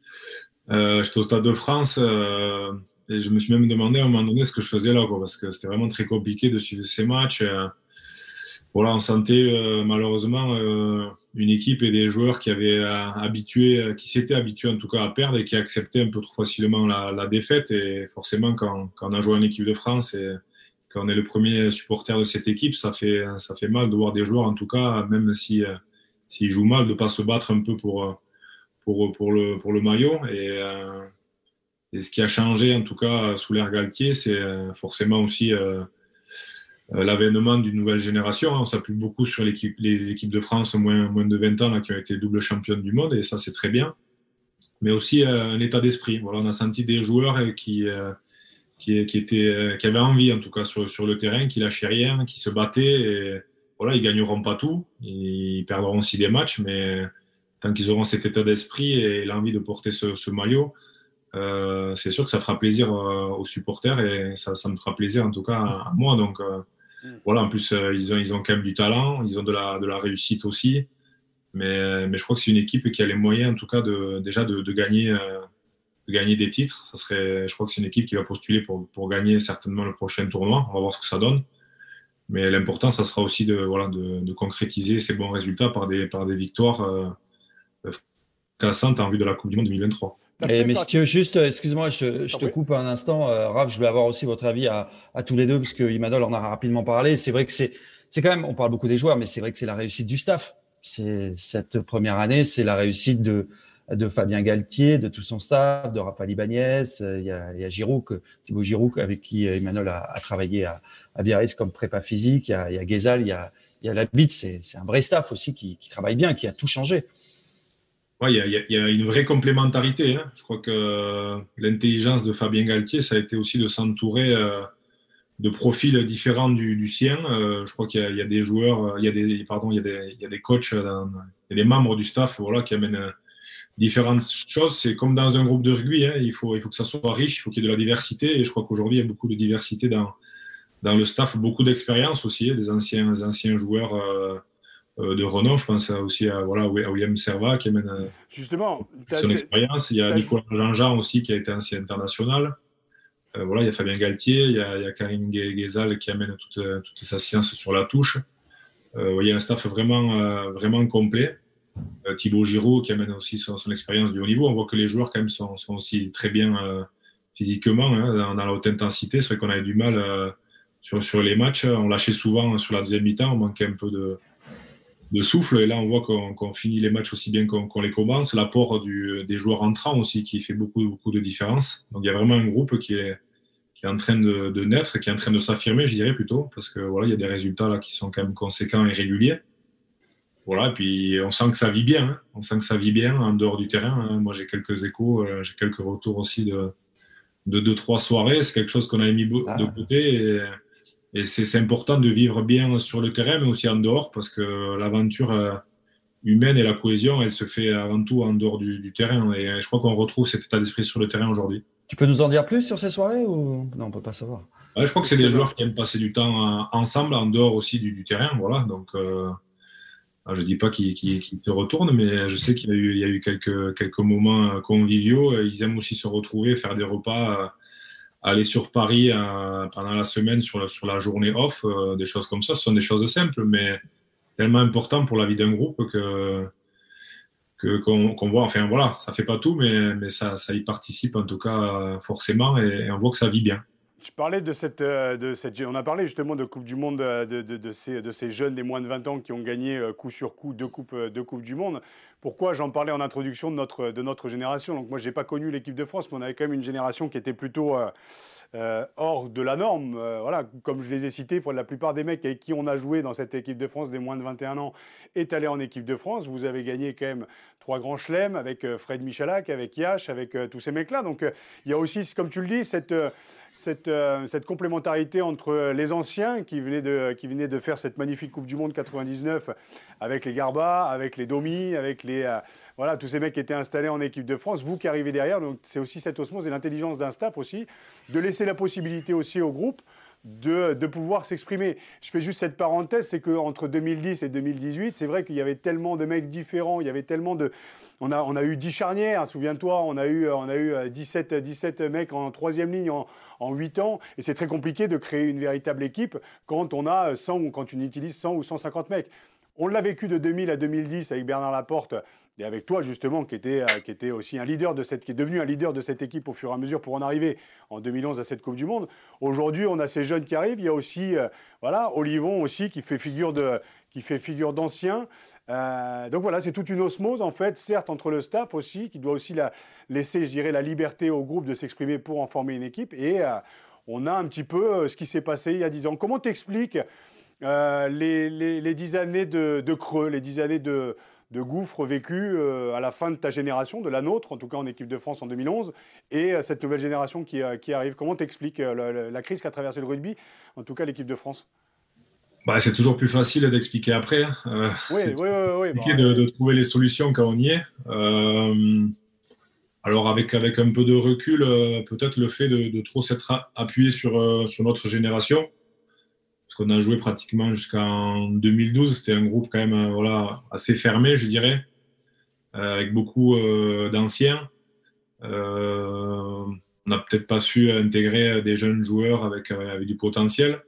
Euh, j'étais au Stade de France euh, et je me suis même demandé à un moment donné ce que je faisais là, quoi, parce que c'était vraiment très compliqué de suivre ces matchs. Euh, voilà, on sentait euh, malheureusement euh, une équipe et des joueurs qui avaient euh, habitué, qui s'étaient habitués en tout cas à perdre, et qui acceptaient un peu trop facilement la, la défaite. Et forcément, quand, quand on a joué en équipe de France et quand on est le premier supporter de cette équipe, ça fait, ça fait mal de voir des joueurs, en tout cas, même si, euh, s'ils jouent mal, de ne pas se battre un peu pour, pour, pour, le, pour le maillot. Et, euh, et ce qui a changé, en tout cas, sous l'ère Galtier, c'est forcément aussi euh, l'avènement d'une nouvelle génération. On s'appuie beaucoup sur l'équipe, les équipes de France moins, moins de vingt ans là, qui ont été double championnes du monde, et ça, c'est très bien. Mais aussi euh, un état d'esprit. Voilà, on a senti des joueurs qui... Euh, Qui, qui, était, qui avait envie, en tout cas, sur, sur le terrain, qui lâchaient rien, qui se battaient. Et voilà, ils gagneront pas tout, ils perdront aussi des matchs, mais tant qu'ils auront cet état d'esprit et l'envie de porter ce, ce maillot, euh, c'est sûr que ça fera plaisir euh, aux supporters, et ça, ça me fera plaisir, en tout cas, à, à moi. Donc euh, voilà, en plus, euh, ils, ont, ils ont quand même du talent, ils ont de la, de la réussite aussi. Mais, mais je crois que c'est une équipe qui a les moyens, en tout cas, de, déjà de, de gagner. Euh, de gagner des titres. Ça serait, je crois que c'est une équipe qui va postuler pour, pour gagner certainement le prochain tournoi. On va voir ce que ça donne. Mais l'important, ça sera aussi de, voilà, de, de concrétiser ces bons résultats par des, par des victoires euh, cassantes en vue de la Coupe du Monde deux mille vingt-trois. Et messieurs, juste, excuse-moi, je, je te coupe un instant. Euh, Raph, je voulais avoir aussi votre avis à, à tous les deux, parce que Imanol en a rapidement parlé. C'est vrai que c'est, c'est quand même, on parle beaucoup des joueurs, mais c'est vrai que c'est la réussite du staff. C'est, cette première année, c'est la réussite de, de Fabien Galtier, de tout son staff, de Raphaël Ibanez, il y a, il y a Giroud, Thibaut Giroud, avec qui Emmanuel a, a travaillé à, à Biarritz comme prépa physique, il y a, il y a Ghezal, il y a, il y a Labitte, c'est, c'est un vrai staff aussi qui, qui travaille bien, qui a tout changé. Ouais, il y a, il y a une vraie complémentarité, hein. Je crois que l'intelligence de Fabien Galtier, ça a été aussi de s'entourer euh, de profils différents du, du sien. Euh, je crois qu'il y a, il y a des joueurs, il y a des, pardon, il y a des, il y a des coachs, dans, il y a des membres du staff, voilà, qui amènent différentes choses. C'est comme dans un groupe de rugby, hein. Il faut, il faut que ça soit riche, il faut qu'il y ait de la diversité. Et je crois qu'aujourd'hui, il y a beaucoup de diversité dans, dans le staff, beaucoup d'expérience aussi, des anciens, des anciens joueurs euh, euh, de renom. Je pense aussi à, voilà, à William Servat qui amène euh, Justement, son expérience. Il y a Nicolas Langean aussi qui a été ancien international. Euh, voilà, il y a Fabien Galtier, il y a, il y a Karim Ghezal qui amène toute, toute sa science sur la touche. Euh, il y a un staff vraiment, euh, vraiment complet. Euh, Thibaut Giroud qui amène aussi son, son expérience du haut niveau. On voit que les joueurs quand même sont, sont aussi très bien euh, physiquement, hein, dans, dans la haute intensité. C'est vrai qu'on avait du mal euh, sur, sur les matchs. On lâchait souvent sur la deuxième mi-temps, on manquait un peu de, de souffle. Et là, on voit qu'on, qu'on finit les matchs aussi bien qu'on, qu'on les commence. L'apport du, des joueurs entrants aussi qui fait beaucoup, beaucoup de différence. Donc il y a vraiment un groupe qui est, qui est en train de, de naître, qui est en train de s'affirmer, je dirais plutôt, parce que voilà, il y a des résultats là qui sont quand même conséquents et réguliers. Voilà, et puis on sent que ça vit bien, hein. On sent que ça vit bien en dehors du terrain, hein. Moi, j'ai quelques échos, euh, j'ai quelques retours aussi de, de deux, trois soirées. C'est quelque chose qu'on avait mis de côté, et, et c'est, c'est important de vivre bien sur le terrain, mais aussi en dehors, parce que l'aventure euh, humaine et la cohésion, elle se fait avant tout en dehors du, du terrain. Et je crois qu'on retrouve cet état d'esprit sur le terrain aujourd'hui. Tu peux nous en dire plus sur ces soirées ou non, on peut pas savoir. Ouais, je crois que c'est des joueurs qui aiment passer du temps euh, ensemble, en dehors aussi du, du terrain, voilà. Donc, euh, je dis pas qu'ils, qu'ils, qu'ils se retournent, mais je sais qu'il y a eu, il y a eu quelques, quelques moments conviviaux. Ils aiment aussi se retrouver, faire des repas, euh, aller sur Paris euh, pendant la semaine, sur la, sur la journée off, euh, des choses comme ça. Ce sont des choses simples, mais tellement importantes pour la vie d'un groupe que, que qu'on, qu'on voit. Enfin voilà, ça fait pas tout, mais, mais ça, ça y participe en tout cas forcément, et, et on voit que ça vit bien. Je parlais de cette, de cette, on a parlé justement de Coupe du Monde, de, de, de, ces, de ces jeunes des moins de vingt ans qui ont gagné coup sur coup deux coupes, deux coupes du Monde. Pourquoi j'en parlais en introduction de notre, de notre génération? Donc moi, je n'ai pas connu l'équipe de France, mais on avait quand même une génération qui était plutôt euh, euh, hors de la norme. Euh, voilà, comme je les ai cités, pour la plupart des mecs avec qui on a joué dans cette équipe de France des moins de vingt et un ans est allé en équipe de France. Vous avez gagné quand même trois grands chelems avec euh, Fred Michalak, avec Yash, avec euh, tous ces mecs-là. Donc euh, il y a aussi, comme tu le dis, cette... Euh, Cette, euh, cette complémentarité entre les anciens qui venaient, de, qui venaient de faire cette magnifique Coupe du Monde quatre-vingt-dix-neuf avec les Garba, avec les Domi, avec les, euh, voilà, tous ces mecs qui étaient installés en équipe de France, vous qui arrivez derrière. Donc c'est aussi cette osmose et l'intelligence d'un staff aussi, de laisser la possibilité aussi au groupe de, de pouvoir s'exprimer. Je fais juste cette parenthèse, c'est qu'entre deux mille dix et deux mille dix-huit, c'est vrai qu'il y avait tellement de mecs différents, il y avait tellement de... On a, on a eu dix charnières, souviens-toi, on a eu, on a eu dix-sept, dix-sept mecs en troisième ligne en, en huit ans. Et c'est très compliqué de créer une véritable équipe quand on a cent ou quand tu utilises cent ou cent cinquante mecs. On l'a vécu de deux mille à deux mille dix avec Bernard Laporte et avec toi justement qui était, qui était aussi un leader de cette, qui est devenu un leader de cette équipe au fur et à mesure pour en arriver en deux mille onze à cette Coupe du Monde. Aujourd'hui, on a ces jeunes qui arrivent. Il y a aussi, euh, voilà, Olivon aussi qui fait figure de, qui fait figure d'ancien. Euh, donc voilà, c'est toute une osmose en fait, certes entre le staff aussi, qui doit aussi la, laisser, je dirais, la liberté au groupe de s'exprimer pour en former une équipe. Et euh, on a un petit peu euh, ce qui s'est passé il y a dix ans. Comment t'expliques euh, les, les, les dix années de, de creux, les dix années de, de gouffre vécues euh, à la fin de ta génération, de la nôtre, en tout cas en équipe de France en deux mille onze, et euh, cette nouvelle génération qui, euh, qui arrive? Comment t'expliques euh, la, la crise qu'a traversé le rugby, en tout cas l'équipe de France? Bah, c'est toujours plus facile d'expliquer après. Euh, oui, c'est oui, oui, oui, compliqué bah, de, de trouver les solutions quand on y est. Euh, alors avec, avec un peu de recul, euh, peut-être le fait de, de trop s'être appuyé sur, euh, sur notre génération, parce qu'on a joué pratiquement jusqu'en deux mille douze, c'était un groupe quand même euh, voilà, assez fermé, je dirais, euh, avec beaucoup euh, d'anciens. Euh, on n'a peut-être pas su intégrer des jeunes joueurs avec, avec du potentiel.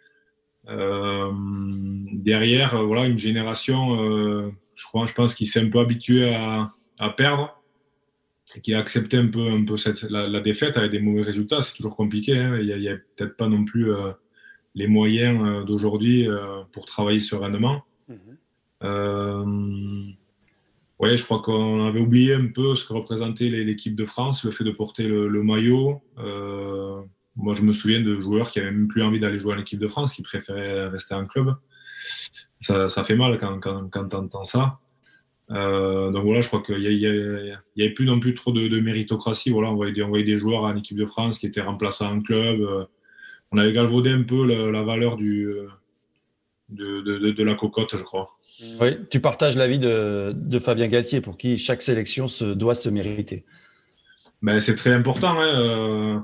Euh, derrière, euh, voilà, une génération, euh, je crois, je pense, qui s'est un peu habituée à, à perdre et qui a accepté un peu, un peu cette, la, la défaite avec des mauvais résultats. C'est toujours compliqué. Hein. Il n'y a, a peut-être pas non plus euh, les moyens euh, d'aujourd'hui euh, pour travailler sereinement. Mm-hmm. Euh, ouais, je crois qu'on avait oublié un peu ce que représentait l'équipe de France, le fait de porter le, le maillot. Euh, Moi, je me souviens de joueurs qui n'avaient même plus envie d'aller jouer en équipe de France, qui préféraient rester en club. Ça, ça fait mal quand, quand, quand tu entends ça. Euh, donc voilà, je crois qu'il n'y avait plus non plus trop de, de méritocratie. Voilà, on voyait, on voyait des joueurs en équipe de France qui étaient remplaçants en club. On avait galvaudé un peu la, la valeur du, de, de, de la cocotte, je crois. Oui, tu partages l'avis de, de Fabien Galtier, pour qui chaque sélection se, doit se mériter. Ben, c'est très important. Hein. Euh,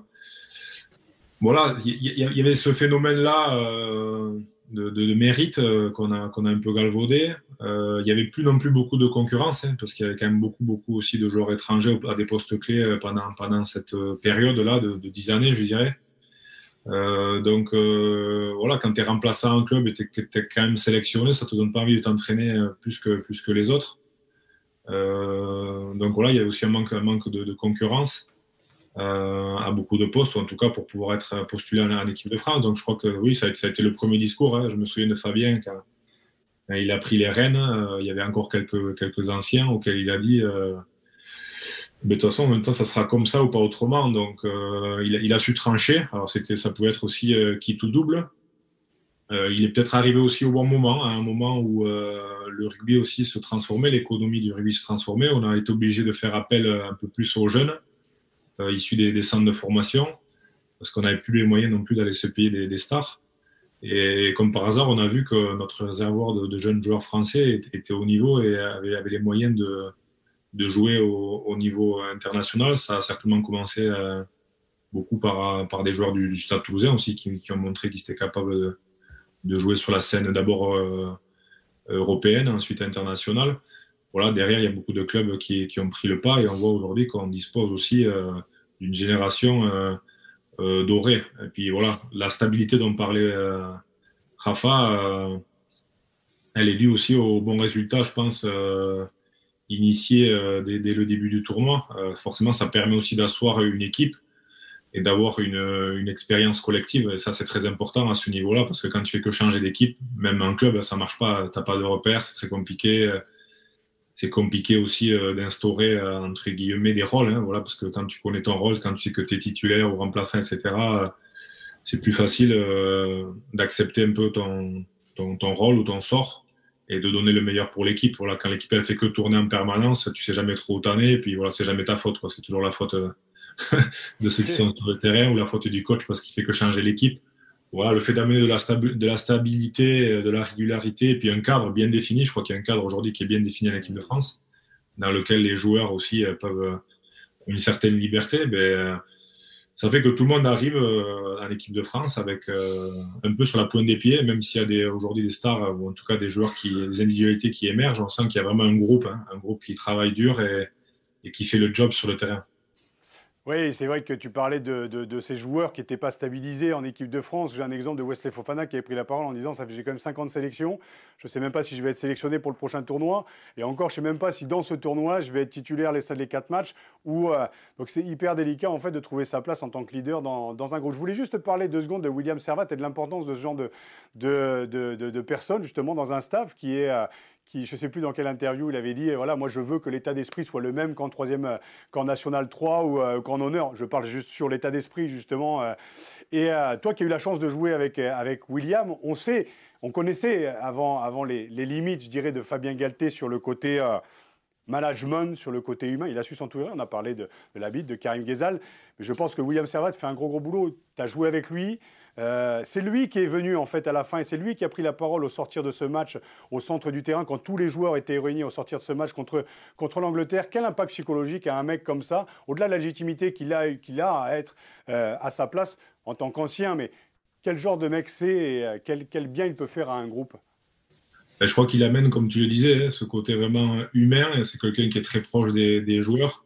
Voilà, il y, y, y avait ce phénomène-là euh, de, de, de mérite euh, qu'on a, qu'on a un peu galvaudé. Euh, il n'y avait plus non plus beaucoup de concurrence, hein, parce qu'il y avait quand même beaucoup, beaucoup aussi de joueurs étrangers à des postes clés pendant, pendant cette période-là de, de dix années, je dirais. Euh, donc euh, voilà, quand tu es remplaçant en club et tu es quand même sélectionné, ça ne te donne pas envie de t'entraîner plus que, plus que les autres. Euh, donc voilà, il y a aussi un manque, un manque de, de concurrence. Euh, à beaucoup de postes, ou en tout cas pour pouvoir être postulé en, en équipe de France. Donc je crois que oui, ça a, ça a été le premier discours. Hein. Je me souviens de Fabien quand, quand il a pris les rênes. Euh, il y avait encore quelques, quelques anciens auxquels il a dit euh, mais de toute façon, en même temps, ça sera comme ça ou pas autrement. Donc euh, il, a, il a su trancher. Alors c'était, ça pouvait être aussi euh, quitte ou double. Euh, il est peut-être arrivé aussi au bon moment, à un moment où euh, le rugby aussi se transformait, l'économie du rugby se transformait. On a été obligé de faire appel un peu plus aux jeunes. Euh, issus des, des centres de formation, parce qu'on n'avait plus les moyens non plus d'aller se payer des, des stars. Et comme par hasard, on a vu que notre réservoir de, de jeunes joueurs français était au niveau et avait, avait les moyens de, de jouer au, au niveau international. Ça a certainement commencé euh, beaucoup par, par des joueurs du, du Stade Toulousain aussi, qui, qui ont montré qu'ils étaient capables de, de jouer sur la scène d'abord euh, européenne, ensuite internationale. Voilà, derrière, il y a beaucoup de clubs qui, qui ont pris le pas et on voit aujourd'hui qu'on dispose aussi euh, d'une génération euh, euh, dorée. Et puis voilà, la stabilité dont parlait euh, Rafa, euh, elle est due aussi aux bons résultats, je pense, euh, initiés euh, dès, dès le début du tournoi. Euh, forcément, ça permet aussi d'asseoir une équipe et d'avoir une, une expérience collective. Et ça, c'est très important à ce niveau-là, parce que quand tu fais que changer d'équipe, même en club, ça marche pas. T'as pas de repères, c'est très compliqué. C'est compliqué aussi euh, d'instaurer, euh, entre guillemets, des rôles. Hein, voilà, parce que quand tu connais ton rôle, quand tu sais que tu es titulaire ou remplaçant, et cetera, euh, c'est plus facile euh, d'accepter un peu ton, ton, ton rôle ou ton sort et de donner le meilleur pour l'équipe. Voilà, quand l'équipe elle fait que tourner en permanence, tu sais jamais trop où t'en es, et puis voilà, c'est jamais ta faute, quoi. C'est toujours la faute euh, de ceux qui sont sur le terrain ou la faute du coach parce qu'il fait que changer l'équipe. Voilà, le fait d'amener de la, stabi- de la stabilité, de la régularité et puis un cadre bien défini. Je crois qu'il y a un cadre aujourd'hui qui est bien défini à l'équipe de France, dans lequel les joueurs aussi euh, peuvent euh, une certaine liberté. Ben, euh, ça fait que tout le monde arrive euh, à l'équipe de France avec euh, un peu sur la pointe des pieds, même s'il y a des, aujourd'hui des stars euh, ou en tout cas des joueurs qui, des individualités qui émergent. On sent qu'il y a vraiment un groupe, hein, un groupe qui travaille dur et, et qui fait le job sur le terrain. Oui, c'est vrai que tu parlais de, de, de ces joueurs qui n'étaient pas stabilisés en équipe de France. J'ai un exemple de Wesley Fofana qui avait pris la parole en disant ça fait j'ai quand même cinquante sélections. Je ne sais même pas si je vais être sélectionné pour le prochain tournoi. Et encore, je ne sais même pas si dans ce tournoi, je vais être titulaire les, les quatre matchs. Ou, euh, donc c'est hyper délicat en fait de trouver sa place en tant que leader dans, dans un groupe. Je voulais juste te parler deux secondes de William Servat et de l'importance de ce genre de, de, de, de, de personnes justement dans un staff qui est... Euh, qui, je ne sais plus dans quelle interview, il avait dit, voilà, moi je veux que l'état d'esprit soit le même qu'en troisième, qu'en National trois ou euh, qu'en honneur. Je parle juste sur l'état d'esprit, justement. Euh, et euh, toi qui as eu la chance de jouer avec, avec William, on sait, on connaissait avant, avant les, les limites, je dirais, de Fabien Galté sur le côté euh, management, sur le côté humain. Il a su s'entourer. On a parlé de, de la bite de Karim Ghezal. Mais je pense que William Servat fait un gros, gros boulot. Tu as joué avec lui. Euh, c'est lui qui est venu en fait à la fin et c'est lui qui a pris la parole au sortir de ce match au centre du terrain quand tous les joueurs étaient réunis au sortir de ce match contre, contre l'Angleterre. Quel impact psychologique a un mec comme ça, au-delà de la légitimité qu'il a, qu'il a à être euh, à sa place en tant qu'ancien, mais quel genre de mec c'est et euh, quel, quel bien il peut faire à un groupe? Je crois qu'il amène, comme tu le disais, ce côté vraiment humain. C'est quelqu'un qui est très proche des, des joueurs.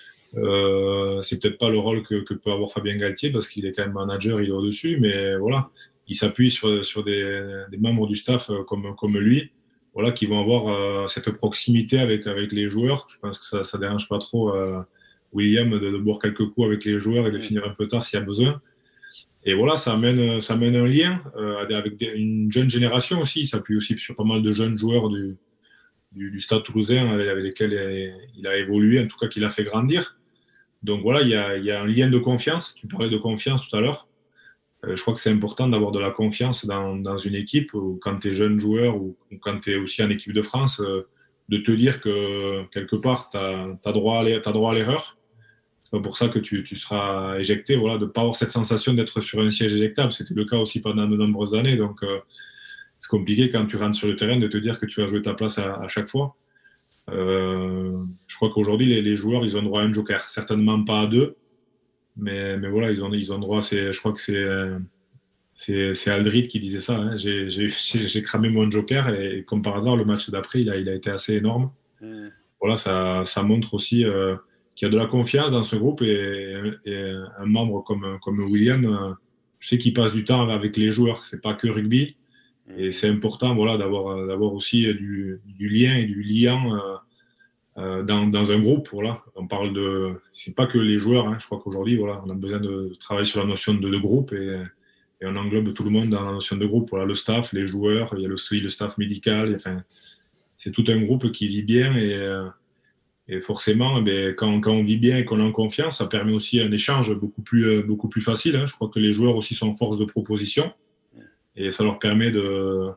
Euh, c'est peut-être pas le rôle que, que peut avoir Fabien Galtier parce qu'il est quand même manager, il est au-dessus, mais voilà, il s'appuie sur, sur des, des membres du staff comme, comme lui, voilà, qui vont avoir euh, cette proximité avec, avec les joueurs. Je pense que ça, ça dérange pas trop euh, William de, de boire quelques coups avec les joueurs et de finir un peu tard s'il y a besoin. Et voilà, ça amène, ça amène un lien euh, avec des, une jeune génération aussi. Il s'appuie aussi sur pas mal de jeunes joueurs du, du, du Stade Toulousain avec, avec lesquels il a évolué, en tout cas qu'il a fait grandir. Donc voilà, il y a, il y a un lien de confiance. Tu parlais de confiance tout à l'heure. Euh, je crois que c'est important d'avoir de la confiance dans, dans une équipe où, quand tu es jeune joueur ou, ou quand tu es aussi en équipe de France, euh, de te dire que quelque part, tu as droit à l'erreur. C'est pas pour ça que tu, tu seras éjecté. Voilà, de ne pas avoir cette sensation d'être sur un siège éjectable. C'était le cas aussi pendant de nombreuses années. Donc euh, c'est compliqué quand tu rentres sur le terrain de te dire que tu vas jouer ta place à, à chaque fois. Euh, je crois qu'aujourd'hui les, les joueurs ils ont droit à un joker, certainement pas à deux, mais, mais voilà ils ont, ils ont droit. C'est, je crois que c'est, c'est, c'est Aldrit qui disait ça. Hein. J'ai, j'ai, j'ai cramé mon joker et, et comme par hasard le match d'après il a, il a été assez énorme. Mmh. Voilà, ça, ça montre aussi euh, qu'il y a de la confiance dans ce groupe et, et un membre comme, comme William, euh, je sais qu'il passe du temps avec les joueurs. C'est pas que rugby. Et c'est important, voilà, d'avoir, d'avoir aussi du, du lien et du lien euh, euh, dans, dans un groupe. Voilà. On parle de, c'est pas que les joueurs. Hein. Je crois qu'aujourd'hui, voilà, on a besoin de travailler sur la notion de, de groupe et, et on englobe tout le monde dans la notion de groupe. Voilà, le staff, les joueurs, il y a le, le staff médical. Enfin, c'est tout un groupe qui vit bien et, et forcément, ben, quand, quand on vit bien et qu'on a confiance, ça permet aussi un échange beaucoup plus, beaucoup plus facile. Hein. Je crois que les joueurs aussi sont force de proposition. Et ça leur permet de,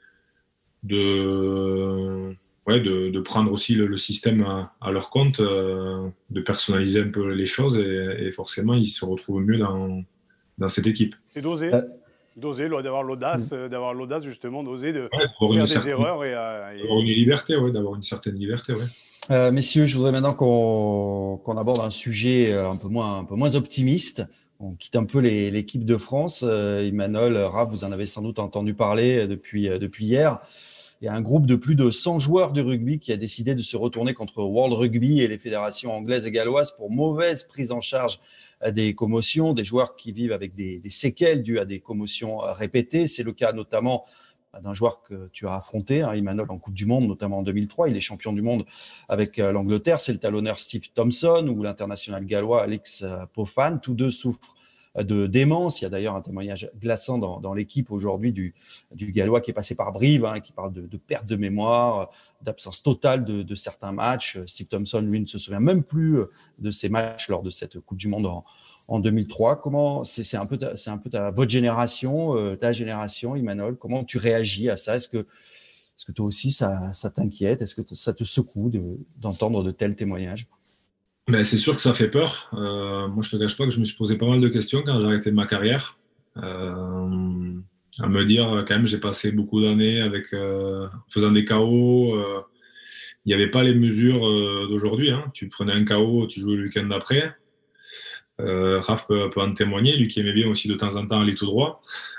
de, ouais, de, de prendre aussi le, le système à, à leur compte, euh, de personnaliser un peu les choses et, et forcément, ils se retrouvent mieux dans, dans cette équipe. Et d'oser, euh... d'oser, d'avoir l'audace, mmh. d'avoir l'audace justement, d'oser de ouais, faire des erreurs. Et, euh, et... D'avoir une liberté, ouais, d'avoir une certaine liberté, ouais. Euh, messieurs, je voudrais maintenant qu'on qu'on aborde un sujet euh, un peu moins, un peu moins optimiste. On quitte un peu les- l'équipe de France. Euh, Emmanuel, Raph, vous en avez sans doute entendu parler depuis, euh, depuis hier. Il y a un groupe de plus de cent joueurs du rugby qui a décidé de se retourner contre World Rugby et les fédérations anglaises et galloises pour mauvaise prise en charge euh, des commotions, des joueurs qui vivent avec des, des séquelles dues à des commotions euh, répétées. C'est le cas notamment d'un joueur que tu as affronté, hein, Emmanuel, en Coupe du Monde, notamment en deux mille trois. Il est champion du monde avec euh, l'Angleterre. C'est le talonneur Steve Thompson ou l'international gallois Alex euh, Pofan. Tous deux souffrent de démence. Il y a d'ailleurs un témoignage glaçant dans, dans l'équipe aujourd'hui du, du Gallois qui est passé par Brive, hein, qui parle de, de perte de mémoire, d'absence totale de, de certains matchs. Steve Thompson, lui, ne se souvient même plus de ces matchs lors de cette Coupe du Monde en, en deux mille trois. Comment, c'est, c'est un peu, ta, c'est un peu ta, votre génération, euh, ta génération, Emmanuel. Comment tu réagis à ça? Est-ce que, est-ce que toi aussi ça, ça t'inquiète? Est-ce que ça te secoue de, d'entendre de tels témoignages? Ben, c'est sûr que ça fait peur. Euh, moi, je te cache pas que je me suis posé pas mal de questions quand j'ai arrêté ma carrière. Euh, à me dire, quand même, j'ai passé beaucoup d'années avec, euh, en faisant des K O. Euh, il n'y avait pas les mesures euh, d'aujourd'hui. Hein. Tu prenais un K O, tu jouais le week-end d'après. Euh, Raph peut, peut en témoigner, lui qui aimait bien aussi de temps en temps aller tout droit.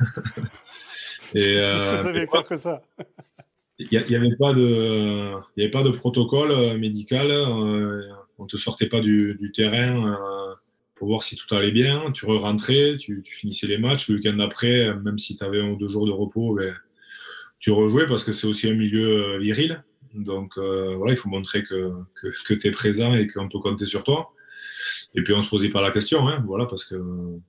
Et, euh, je savais faire que ça. Il n'y avait pas de, il y avait pas de protocole médical. Euh, on te sortait pas du, du terrain euh, pour voir si tout allait bien. Tu re-rentrais, tu, tu finissais les matchs. Le week-end d'après, même si tu avais un ou deux jours de repos, ben, tu rejouais parce que c'est aussi un milieu viril. Donc euh, voilà, il faut montrer que, que, que tu es présent et qu'on peut compter sur toi. Et puis on se posait pas la question, hein, voilà, parce que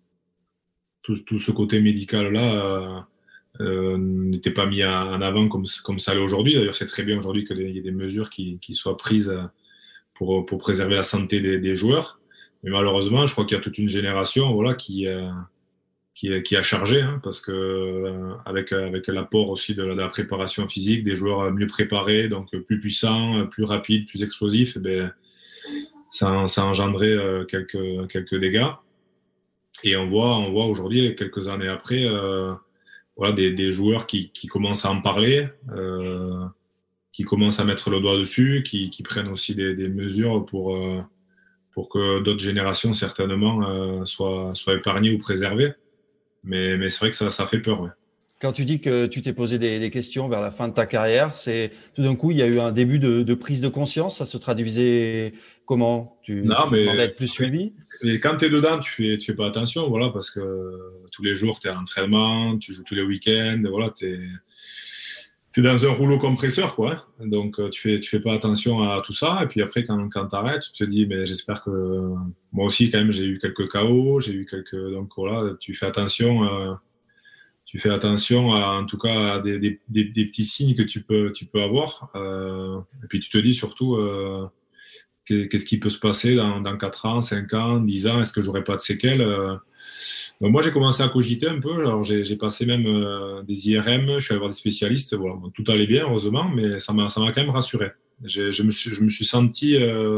tout, tout ce côté médical-là euh, euh, n'était pas mis en avant comme, comme ça l'est aujourd'hui. D'ailleurs, c'est très bien aujourd'hui qu'il y ait des mesures qui, qui soient prises pour, pour préserver la santé des, des joueurs. Mais malheureusement, je crois qu'il y a toute une génération voilà, qui, euh, qui, qui a chargé, hein, parce que euh, avec, avec l'apport aussi de la, de la préparation physique, des joueurs mieux préparés, donc plus puissants, plus rapides, plus explosifs, eh bien, ça, ça a engendré euh, quelques, quelques dégâts. Et on voit, on voit aujourd'hui, quelques années après, euh, voilà, des, des joueurs qui, qui commencent à en parler, euh, qui commencent à mettre le doigt dessus, qui, qui prennent aussi des, des mesures pour, euh, pour que d'autres générations, certainement, euh, soient, soient épargnées ou préservées. Mais, mais c'est vrai que ça, ça fait peur. Ouais. Quand tu dis que tu t'es posé des, des questions vers la fin de ta carrière, c'est tout d'un coup, il y a eu un début de, de prise de conscience. Ça se traduisait comment? Tu, non, tu mais, demandais à être plus suivi? Et quand tu es dedans, tu fais, tu fais pas attention, voilà, parce que tous les jours, tu es à l'entraînement, tu joues tous les week-ends, voilà, tu es, t'es dans un rouleau compresseur, quoi. Hein. Donc, tu fais, tu fais pas attention à tout ça. Et puis après, quand, quand t'arrêtes, tu te dis, mais j'espère que moi aussi, quand même, j'ai eu quelques K O, j'ai eu quelques, donc voilà, tu fais attention, euh, tu fais attention à, en tout cas, à des, des, des, des petits signes que tu peux, tu peux avoir. Euh, et puis tu te dis surtout, euh, qu'est-ce qui peut se passer dans, dans quatre ans, cinq ans, dix ans? Est-ce que j'aurai pas de séquelles? euh, Donc moi, j'ai commencé à cogiter un peu. Alors, j'ai, j'ai passé même euh, des I R M, je suis allé voir des spécialistes. Voilà. Bon, tout allait bien, heureusement, mais ça m'a, ça m'a quand même rassuré. J'ai, je, me suis, je me suis senti, euh,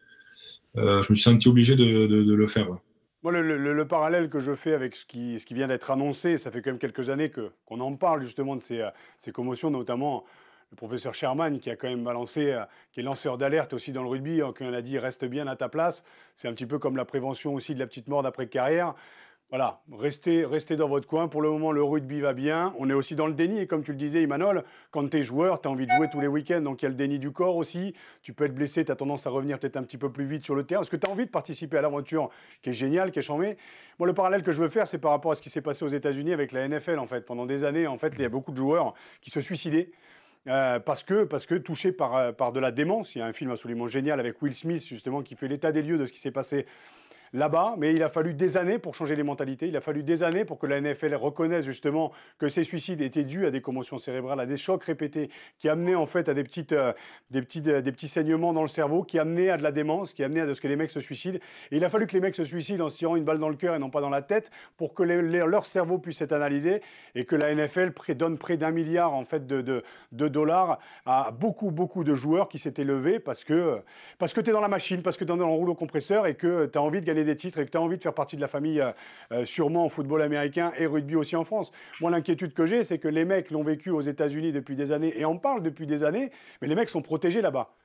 euh, je me suis senti obligé de, de, de le faire. Ouais. Moi, le, le, le parallèle que je fais avec ce qui, ce qui vient d'être annoncé, ça fait quand même quelques années que, qu'on en parle justement de ces, ces commotions, notamment le professeur Sherman qui a quand même balancé, euh, qui est lanceur d'alerte aussi dans le rugby, hein, qui en a dit reste bien à ta place. C'est un petit peu comme la prévention aussi de la petite mort d'après carrière. Voilà, restez, restez dans votre coin. Pour le moment, le rugby va bien. On est aussi dans le déni. Et comme tu le disais, Emmanuel, quand tu es joueur, tu as envie de jouer tous les week-ends. Donc il y a le déni du corps aussi. Tu peux être blessé, tu as tendance à revenir peut-être un petit peu plus vite sur le terrain. Parce que tu as envie de participer à l'aventure qui est géniale, qui est chambée. Moi, le parallèle que je veux faire, c'est par rapport à ce qui s'est passé aux États-Unis avec la N F L. En fait, pendant des années, en fait, il y a beaucoup de joueurs qui se suicidaient. Euh, parce que, parce que touchés par, par de la démence. Il y a un film absolument génial avec Will Smith, justement, qui fait l'état des lieux de ce qui s'est passé là-bas, mais il a fallu des années pour changer les mentalités, il a fallu des années pour que la N F L reconnaisse justement que ces suicides étaient dus à des commotions cérébrales, à des chocs répétés, qui amenaient en fait à des, petites, euh, des, petits, euh, des petits saignements dans le cerveau, qui amenaient à de la démence, qui amenaient à de ce que les mecs se suicident. Et il a fallu que les mecs se suicident en se tirant une balle dans le cœur et non pas dans la tête, pour que les, les, leur cerveau puisse être analysé et que la N F L pré, donne près d'un milliard en fait de, de, de dollars à beaucoup, beaucoup de joueurs qui s'étaient levés parce que, parce que tu es dans la machine, parce que tu es dans le rouleau compresseur et que tu as envie de gagner des titres et que tu as envie de faire partie de la famille euh, sûrement en football américain et rugby aussi en France. Moi, l'inquiétude que j'ai, c'est que les mecs l'ont vécu aux États-Unis depuis des années et en parlent depuis des années, mais les mecs sont protégés là-bas.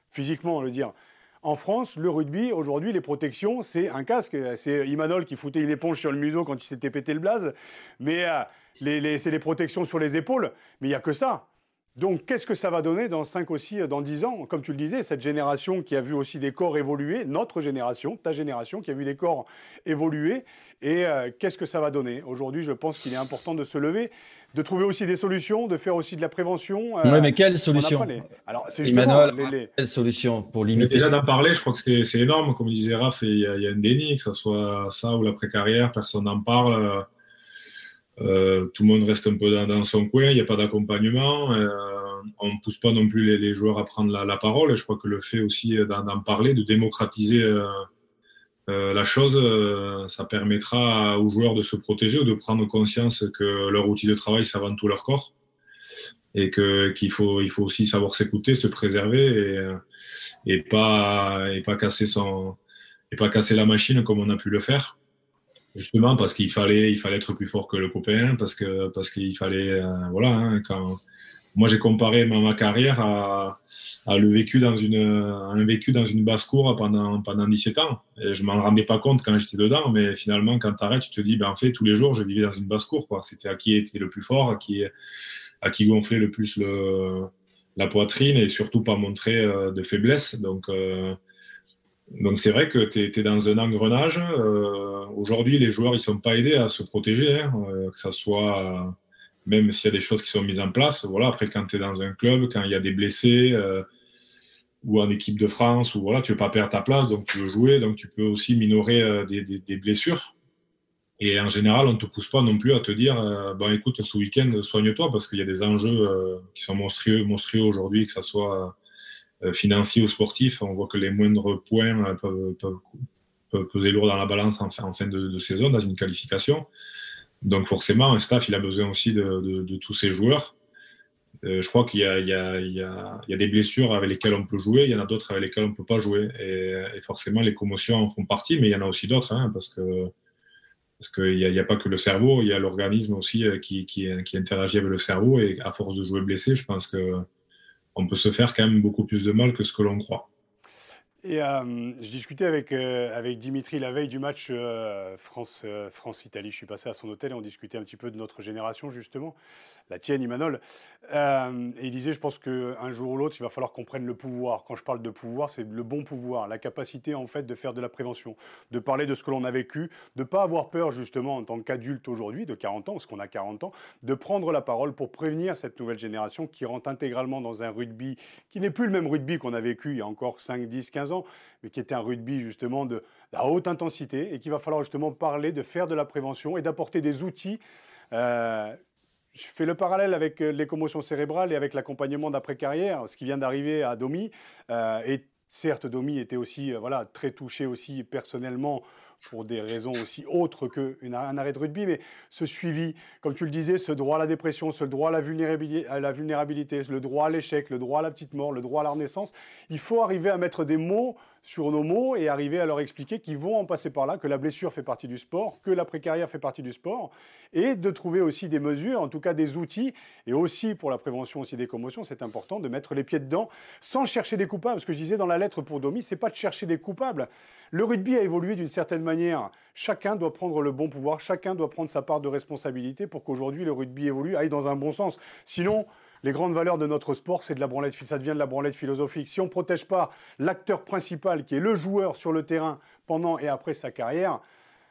physiquement, le dire. En France, le rugby, aujourd'hui, les protections, c'est un casque. C'est Imanol qui foutait une éponge sur le museau quand il s'était pété le blaze. Mais euh, les, les, c'est les protections sur les épaules. Mais il n'y a que ça. Donc, qu'est-ce que ça va donner dans cinq aussi, dans dix ans? Comme tu le disais, cette génération qui a vu aussi des corps évoluer, notre génération, ta génération, qui a vu des corps évoluer. Et euh, qu'est-ce que ça va donner? Aujourd'hui, je pense qu'il est important de se lever, de trouver aussi des solutions, de faire aussi de la prévention. Euh, oui, mais quelle solution les... Alors, c'est Imanol, les, les... quelle solution pour limiter? Déjà d'en parler, je crois que c'est, c'est énorme. Comme disait Raph, il y, a, il y a un déni, que ce soit ça ou l'après-carrière, personne n'en parle. Euh, tout le monde reste un peu dans, dans son coin, il n'y a pas d'accompagnement. Euh, on ne pousse pas non plus les, les joueurs à prendre la, la parole. Et je crois que le fait aussi d'en, d'en parler, de démocratiser euh, euh, la chose, euh, ça permettra aux joueurs de se protéger ou de prendre conscience que leur outil de travail, c'est avant tout leur corps. Et que, qu'il faut, il faut aussi savoir s'écouter, se préserver et, et, pas, et, pas casser son, et pas casser la machine comme on a pu le faire. Justement parce qu'il fallait, il fallait être plus fort que le copain, parce que parce qu'il fallait, euh, voilà. Hein, quand moi j'ai comparé ma, ma carrière à, à le vécu dans une, un vécu dans une basse-cour pendant pendant dix-sept ans. Et je m'en rendais pas compte quand j'étais dedans, mais finalement quand t'arrêtes, tu te dis, ben en fait tous les jours je vivais dans une basse-cour, quoi. C'était à qui était le plus fort, à qui à qui gonflait le plus le, la poitrine et surtout pas montrer euh, de faiblesse. Donc euh, Donc c'est vrai que tu es dans un engrenage. Euh, aujourd'hui, les joueurs ils sont pas aidés à se protéger, hein, euh, que ça soit euh, même s'il y a des choses qui sont mises en place. Voilà, après quand tu es dans un club, quand il y a des blessés euh, ou en équipe de France, ou voilà, tu veux pas perdre ta place, donc tu veux jouer, donc tu peux aussi minorer euh, des, des, des blessures. Et en général, on te pousse pas non plus à te dire, euh, bon écoute, ce week-end soigne-toi parce qu'il y a des enjeux euh, qui sont monstrueux, monstrueux aujourd'hui, que ça soit euh, financier ou sportif. On voit que les moindres points euh, peuvent, peuvent, peuvent peser lourd dans la balance en fin, en fin de, de saison, dans une qualification. Donc forcément, un staff, il a besoin aussi de, de, de tous ces joueurs. Euh, je crois qu'il y a, il y, a, il y, a, il y a des blessures avec lesquelles on peut jouer, il y en a d'autres avec lesquelles on ne peut pas jouer. Et, et forcément, les commotions en font partie, mais il y en a aussi d'autres, hein, parce que parce qu'il n'y a, il y a pas que le cerveau, il y a l'organisme aussi qui, qui, qui interagit avec le cerveau. Et à force de jouer blessé, je pense qu'on peut se faire quand même beaucoup plus de mal que ce que l'on croit. Et euh, je discutais avec, euh, avec Dimitri la veille du match euh, France, euh, France-Italie. Je suis passé à son hôtel et on discutait un petit peu de notre génération, justement, la tienne, Imanol. Euh, et il disait, je pense qu'un jour ou l'autre, il va falloir qu'on prenne le pouvoir. Quand je parle de pouvoir, c'est le bon pouvoir, la capacité, en fait, de faire de la prévention, de parler de ce que l'on a vécu, de ne pas avoir peur, justement, en tant qu'adulte aujourd'hui, de quarante ans, parce qu'on a quarante ans, de prendre la parole pour prévenir cette nouvelle génération qui rentre intégralement dans un rugby qui n'est plus le même rugby qu'on a vécu il y a encore cinq, dix, quinze ans, mais qui était un rugby justement de la haute intensité et qu'il va falloir justement parler, de faire de la prévention et d'apporter des outils. Euh, je fais le parallèle avec les commotions cérébrales et avec l'accompagnement d'après-carrière, ce qui vient d'arriver à Domi. Euh, et certes, Domi était aussi euh, voilà, très touché aussi personnellement pour des raisons aussi autres qu'un arrêt de rugby, mais ce suivi, comme tu le disais, ce droit à la dépression, ce droit à la vulnérabilité, à la vulnérabilité, le droit à l'échec, le droit à la petite mort, le droit à la renaissance, il faut arriver à mettre des mots sur nos mots et arriver à leur expliquer qu'ils vont en passer par là, que la blessure fait partie du sport, que l'après-carrière fait partie du sport, et de trouver aussi des mesures, en tout cas des outils, et aussi pour la prévention aussi des commotions, c'est important de mettre les pieds dedans sans chercher des coupables. Ce que je disais dans la lettre pour Domi, c'est pas de chercher des coupables. Le rugby a évolué d'une certaine manière. Chacun doit prendre le bon pouvoir, chacun doit prendre sa part de responsabilité pour qu'aujourd'hui le rugby évolue, aille dans un bon sens. Sinon, les grandes valeurs de notre sport, c'est de la branlette, ça devient de la branlette philosophique. Si on ne protège pas l'acteur principal, qui est le joueur sur le terrain pendant et après sa carrière,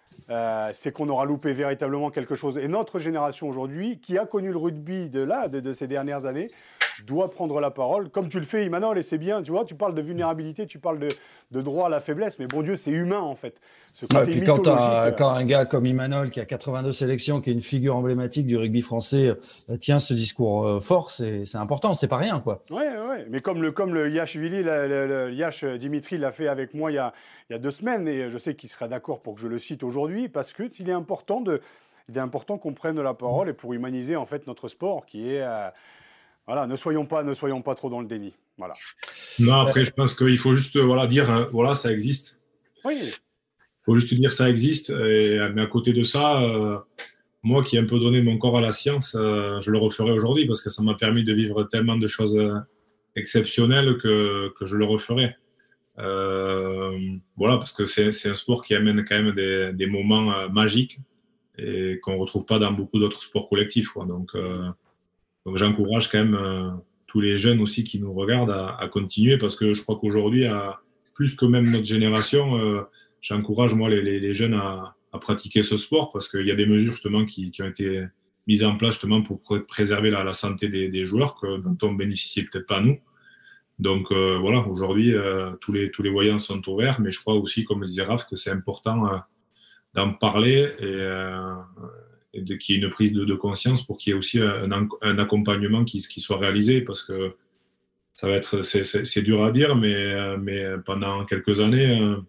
euh, c'est qu'on aura loupé véritablement quelque chose. Et notre génération aujourd'hui, qui a connu le rugby de là, de, de ces dernières années, doit prendre la parole, comme tu le fais, Imanol, et c'est bien, tu vois, tu parles de vulnérabilité, tu parles de, de droit à la faiblesse, mais bon Dieu, c'est humain en fait. Ce côté ouais, puis quand, mythologique. quand un gars comme Imanol, qui a quatre-vingt-deux sélections, qui est une figure emblématique du rugby français, euh, tient ce discours euh, fort, c'est, c'est important, c'est pas rien, quoi. Oui, ouais. Mais comme le, comme le Yashvili, le, le, le Yash Dimitri l'a fait avec moi il y, a, il y a deux semaines, et je sais qu'il sera d'accord pour que je le cite aujourd'hui, parce qu'il est important, de, il est important qu'on prenne la parole et pour humaniser en fait notre sport, qui est... Euh, Voilà, ne soyons pas, ne soyons pas trop dans le déni. Voilà. Non, après, je pense qu'il faut juste voilà, dire, hein, voilà, ça existe. Oui. Il faut juste dire ça existe. Et, mais à côté de ça, euh, moi qui ai un peu donné mon corps à la science, euh, je le referai aujourd'hui parce que ça m'a permis de vivre tellement de choses euh, exceptionnel que, que je le referais. Euh, voilà, parce que c'est, c'est un sport qui amène quand même des, des moments euh, magiques et qu'on ne retrouve pas dans beaucoup d'autres sports collectifs, quoi. Donc, euh, donc j'encourage quand même euh, tous les jeunes aussi qui nous regardent à, à continuer, parce que je crois qu'aujourd'hui, à, plus que même notre génération, euh, j'encourage moi les, les, les jeunes à, à pratiquer ce sport, parce qu'il y a des mesures justement qui, qui ont été mises en place justement pour pr- préserver la, la santé des, des joueurs, que, dont on bénéficie peut-être pas nous. Donc euh, voilà, aujourd'hui, euh, tous les tous les voyants sont ouverts, mais je crois aussi, comme le disait Raph, que c'est important euh, d'en parler et, euh, et de, qu'il y ait une prise de, de conscience pour qu'il y ait aussi un, un accompagnement qui, qui soit réalisé, parce que ça va être, c'est, c'est, c'est dur à dire, mais, mais pendant quelques années, euh,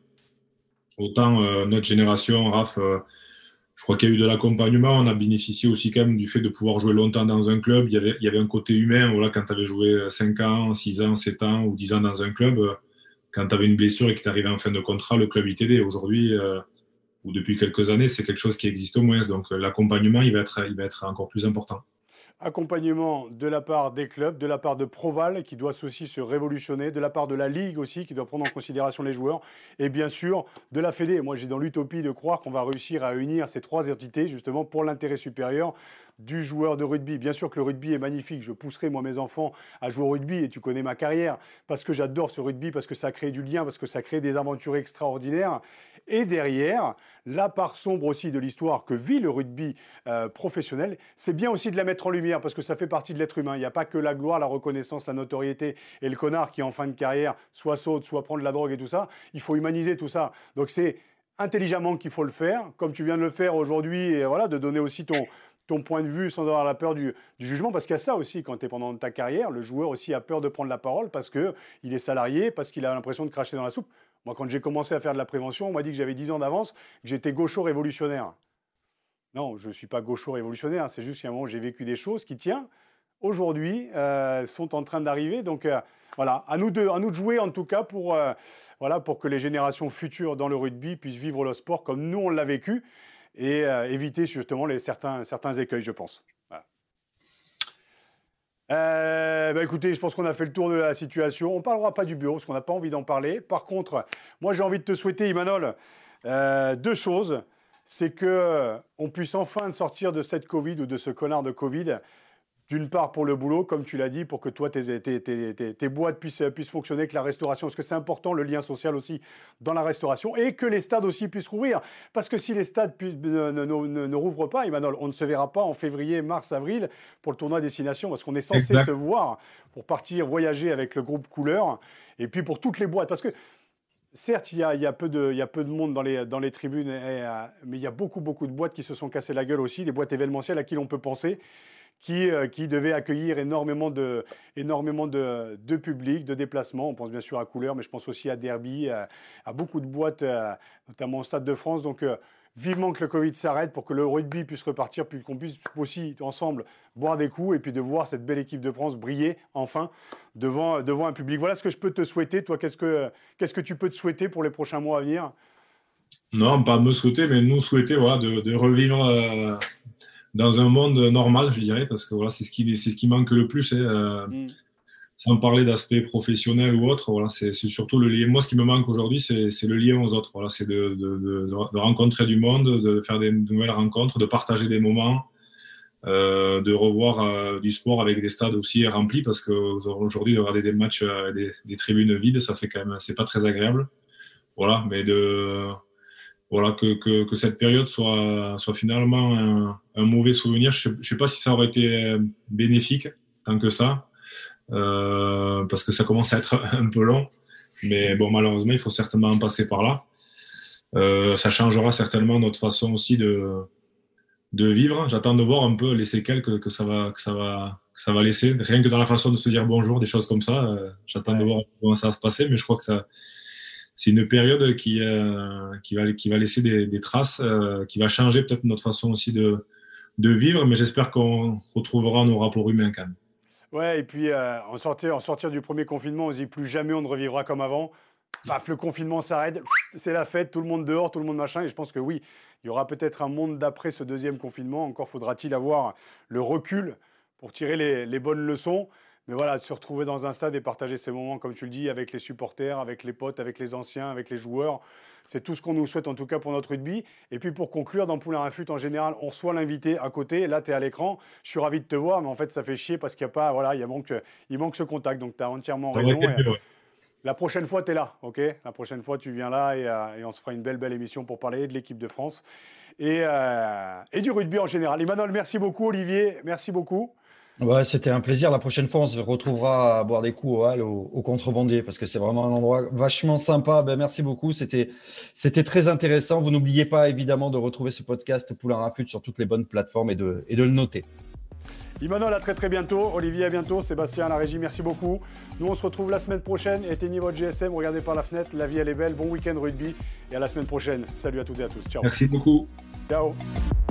autant euh, notre génération, Raph, euh, je crois qu'il y a eu de l'accompagnement. On a bénéficié aussi quand même du fait de pouvoir jouer longtemps dans un club. Il y avait, il y avait un côté humain. Voilà, quand tu avais joué cinq ans, six ans, sept ans ou dix ans dans un club, euh, quand tu avais une blessure et que tu arrivais en fin de contrat, le club il t'aidait. Aujourd'hui, euh, ou depuis quelques années, c'est quelque chose qui existe au moins. Donc euh, l'accompagnement, il va être, il va être encore plus important. Accompagnement de la part des clubs, de la part de Proval qui doit aussi se révolutionner, de la part de la Ligue aussi qui doit prendre en considération les joueurs, et bien sûr de la Fédé. Moi j'ai dans l'utopie de croire qu'on va réussir à unir ces trois entités justement pour l'intérêt supérieur du joueur de rugby. Bien sûr que le rugby est magnifique, je pousserai moi mes enfants à jouer au rugby, et tu connais ma carrière, parce que j'adore ce rugby, parce que ça crée du lien, parce que ça crée des aventures extraordinaires. Et derrière, la part sombre aussi de l'histoire que vit le rugby euh, professionnel, c'est bien aussi de la mettre en lumière, parce que ça fait partie de l'être humain. Il n'y a pas que la gloire, la reconnaissance, la notoriété et le connard qui en fin de carrière soit saute, soit prend de la drogue et tout ça. Il faut humaniser tout ça. Donc c'est intelligemment qu'il faut le faire, comme tu viens de le faire aujourd'hui, et voilà, de donner aussi ton, ton point de vue sans avoir la peur du, du jugement, parce qu'il y a ça aussi quand tu es pendant ta carrière, le joueur aussi a peur de prendre la parole parce qu'il est salarié, parce qu'il a l'impression de cracher dans la soupe. Moi, quand j'ai commencé à faire de la prévention, on m'a dit que j'avais dix ans d'avance, que j'étais gaucho révolutionnaire. Non, je ne suis pas gaucho révolutionnaire, c'est juste qu'à un moment, j'ai vécu des choses qui, tiens, aujourd'hui, euh, sont en train d'arriver. Donc, euh, voilà, à nous, de, à nous de jouer, en tout cas, pour, euh, voilà, pour que les générations futures dans le rugby puissent vivre le sport comme nous, on l'a vécu, et euh, éviter justement les, certains, certains écueils, je pense. Voilà. Euh, bah écoutez, je pense qu'on a fait le tour de la situation. On ne parlera pas du bureau parce qu'on n'a pas envie d'en parler. Par contre, moi j'ai envie de te souhaiter, Imanol, euh, deux choses. C'est qu'on puisse enfin sortir de cette Covid ou de ce connard de Covid. D'une part pour le boulot, comme tu l'as dit, pour que toi, tes, tes, tes, tes, tes boîtes puissent, puissent fonctionner, que la restauration, parce que c'est important, le lien social aussi dans la restauration, et que les stades aussi puissent rouvrir. Parce que si les stades puissent, ne, ne, ne, ne rouvrent pas, Emmanuel, on ne se verra pas en février, mars, avril pour le tournoi Destination, parce qu'on est censé exact. se voir pour partir voyager avec le groupe Couleur, et puis pour toutes les boîtes. Parce que certes, il y a, il y a, peu, de, il y a peu de monde dans les, dans les tribunes, et, mais il y a beaucoup, beaucoup de boîtes qui se sont cassées la gueule aussi, des boîtes événementielles à qui l'on peut penser. Qui, euh, qui devait accueillir énormément de, énormément de, de public, de déplacements. On pense bien sûr à Couleur, mais je pense aussi à Derby, à, à beaucoup de boîtes, euh, notamment au Stade de France. Donc, euh, vivement que le Covid s'arrête pour que le rugby puisse repartir, puis qu'on puisse aussi, ensemble, boire des coups et puis de voir cette belle équipe de France briller, enfin, devant, devant un public. Voilà ce que je peux te souhaiter. Toi, qu'est-ce que, qu'est-ce que tu peux te souhaiter pour les prochains mois à venir ? Non, pas me souhaiter, mais nous souhaiter voilà, de, de revivre... Euh... dans un monde normal, je dirais, parce que voilà, c'est ce qui, c'est ce qui manque le plus. Hein, euh, mm. Sans parler d'aspect professionnel ou autre, voilà, c'est, c'est surtout le lien. Moi, ce qui me manque aujourd'hui, c'est, c'est le lien aux autres. Voilà, c'est de, de, de, de rencontrer du monde, de faire des nouvelles rencontres, de partager des moments, euh, de revoir euh, du sport avec des stades aussi remplis, parce qu'aujourd'hui, de regarder des matchs, euh, des, des tribunes vides, ça fait quand même, c'est pas très agréable. Voilà, mais de Voilà, que, que, que cette période soit, soit finalement un, un mauvais souvenir. Je ne sais pas si ça aurait été bénéfique tant que ça, euh, parce que ça commence à être un peu long. Mais bon, malheureusement, il faut certainement en passer par là. Euh, ça changera certainement notre façon aussi de, de vivre. J'attends de voir un peu les séquelles que, que, ça va, que, ça va, que ça va laisser. Rien que dans la façon de se dire bonjour, des choses comme ça. Euh, j'attends ouais. de voir comment ça va se passer, mais je crois que ça... c'est une période qui, euh, qui, va, qui va laisser des, des traces, euh, qui va changer peut-être notre façon aussi de, de vivre, mais j'espère qu'on retrouvera nos rapports humains quand même. Ouais, et puis euh, en, sortir, en sortir du premier confinement, on se dit plus jamais on ne revivra comme avant. Paf, le confinement s'arrête, c'est la fête, tout le monde dehors, tout le monde machin, et je pense que oui, il y aura peut-être un monde d'après ce deuxième confinement. Encore faudra-t-il avoir le recul pour tirer les, les bonnes leçons. mais voilà, de se retrouver dans un stade et partager ces moments, comme tu le dis, avec les supporters, avec les potes, avec les anciens, avec les joueurs. C'est tout ce qu'on nous souhaite en tout cas pour notre rugby. Et puis pour conclure, dans Poulain Rafut, en général, on reçoit l'invité à côté. Là, tu es à l'écran. Je suis ravi de te voir, mais en fait, ça fait chier parce qu'il n'y a pas, voilà, il manque, il manque ce contact. Donc, tu as entièrement raison. Et, euh, la prochaine fois, tu es là, ok? La prochaine fois, tu viens là et, euh, et on se fera une belle, belle émission pour parler de l'équipe de France et, euh, et du rugby en général. Emmanuel, merci beaucoup. Olivier, merci beaucoup. Ouais, c'était un plaisir. La prochaine fois, on se retrouvera à boire des coups au hall, au, au contrebandier, parce que c'est vraiment un endroit vachement sympa. Ben, merci beaucoup. C'était, c'était très intéressant. Vous n'oubliez pas, évidemment, de retrouver ce podcast Poulain Rafut sur toutes les bonnes plateformes et de, et de le noter. Emmanuel, à très très bientôt. Olivier, à bientôt. Sébastien, à la régie, merci beaucoup. Nous, on se retrouve la semaine prochaine. Éteignez votre G S M, regardez par la fenêtre. La vie, elle est belle. Bon week-end rugby. Et à la semaine prochaine. Salut à toutes et à tous. Ciao. Merci beaucoup. Ciao.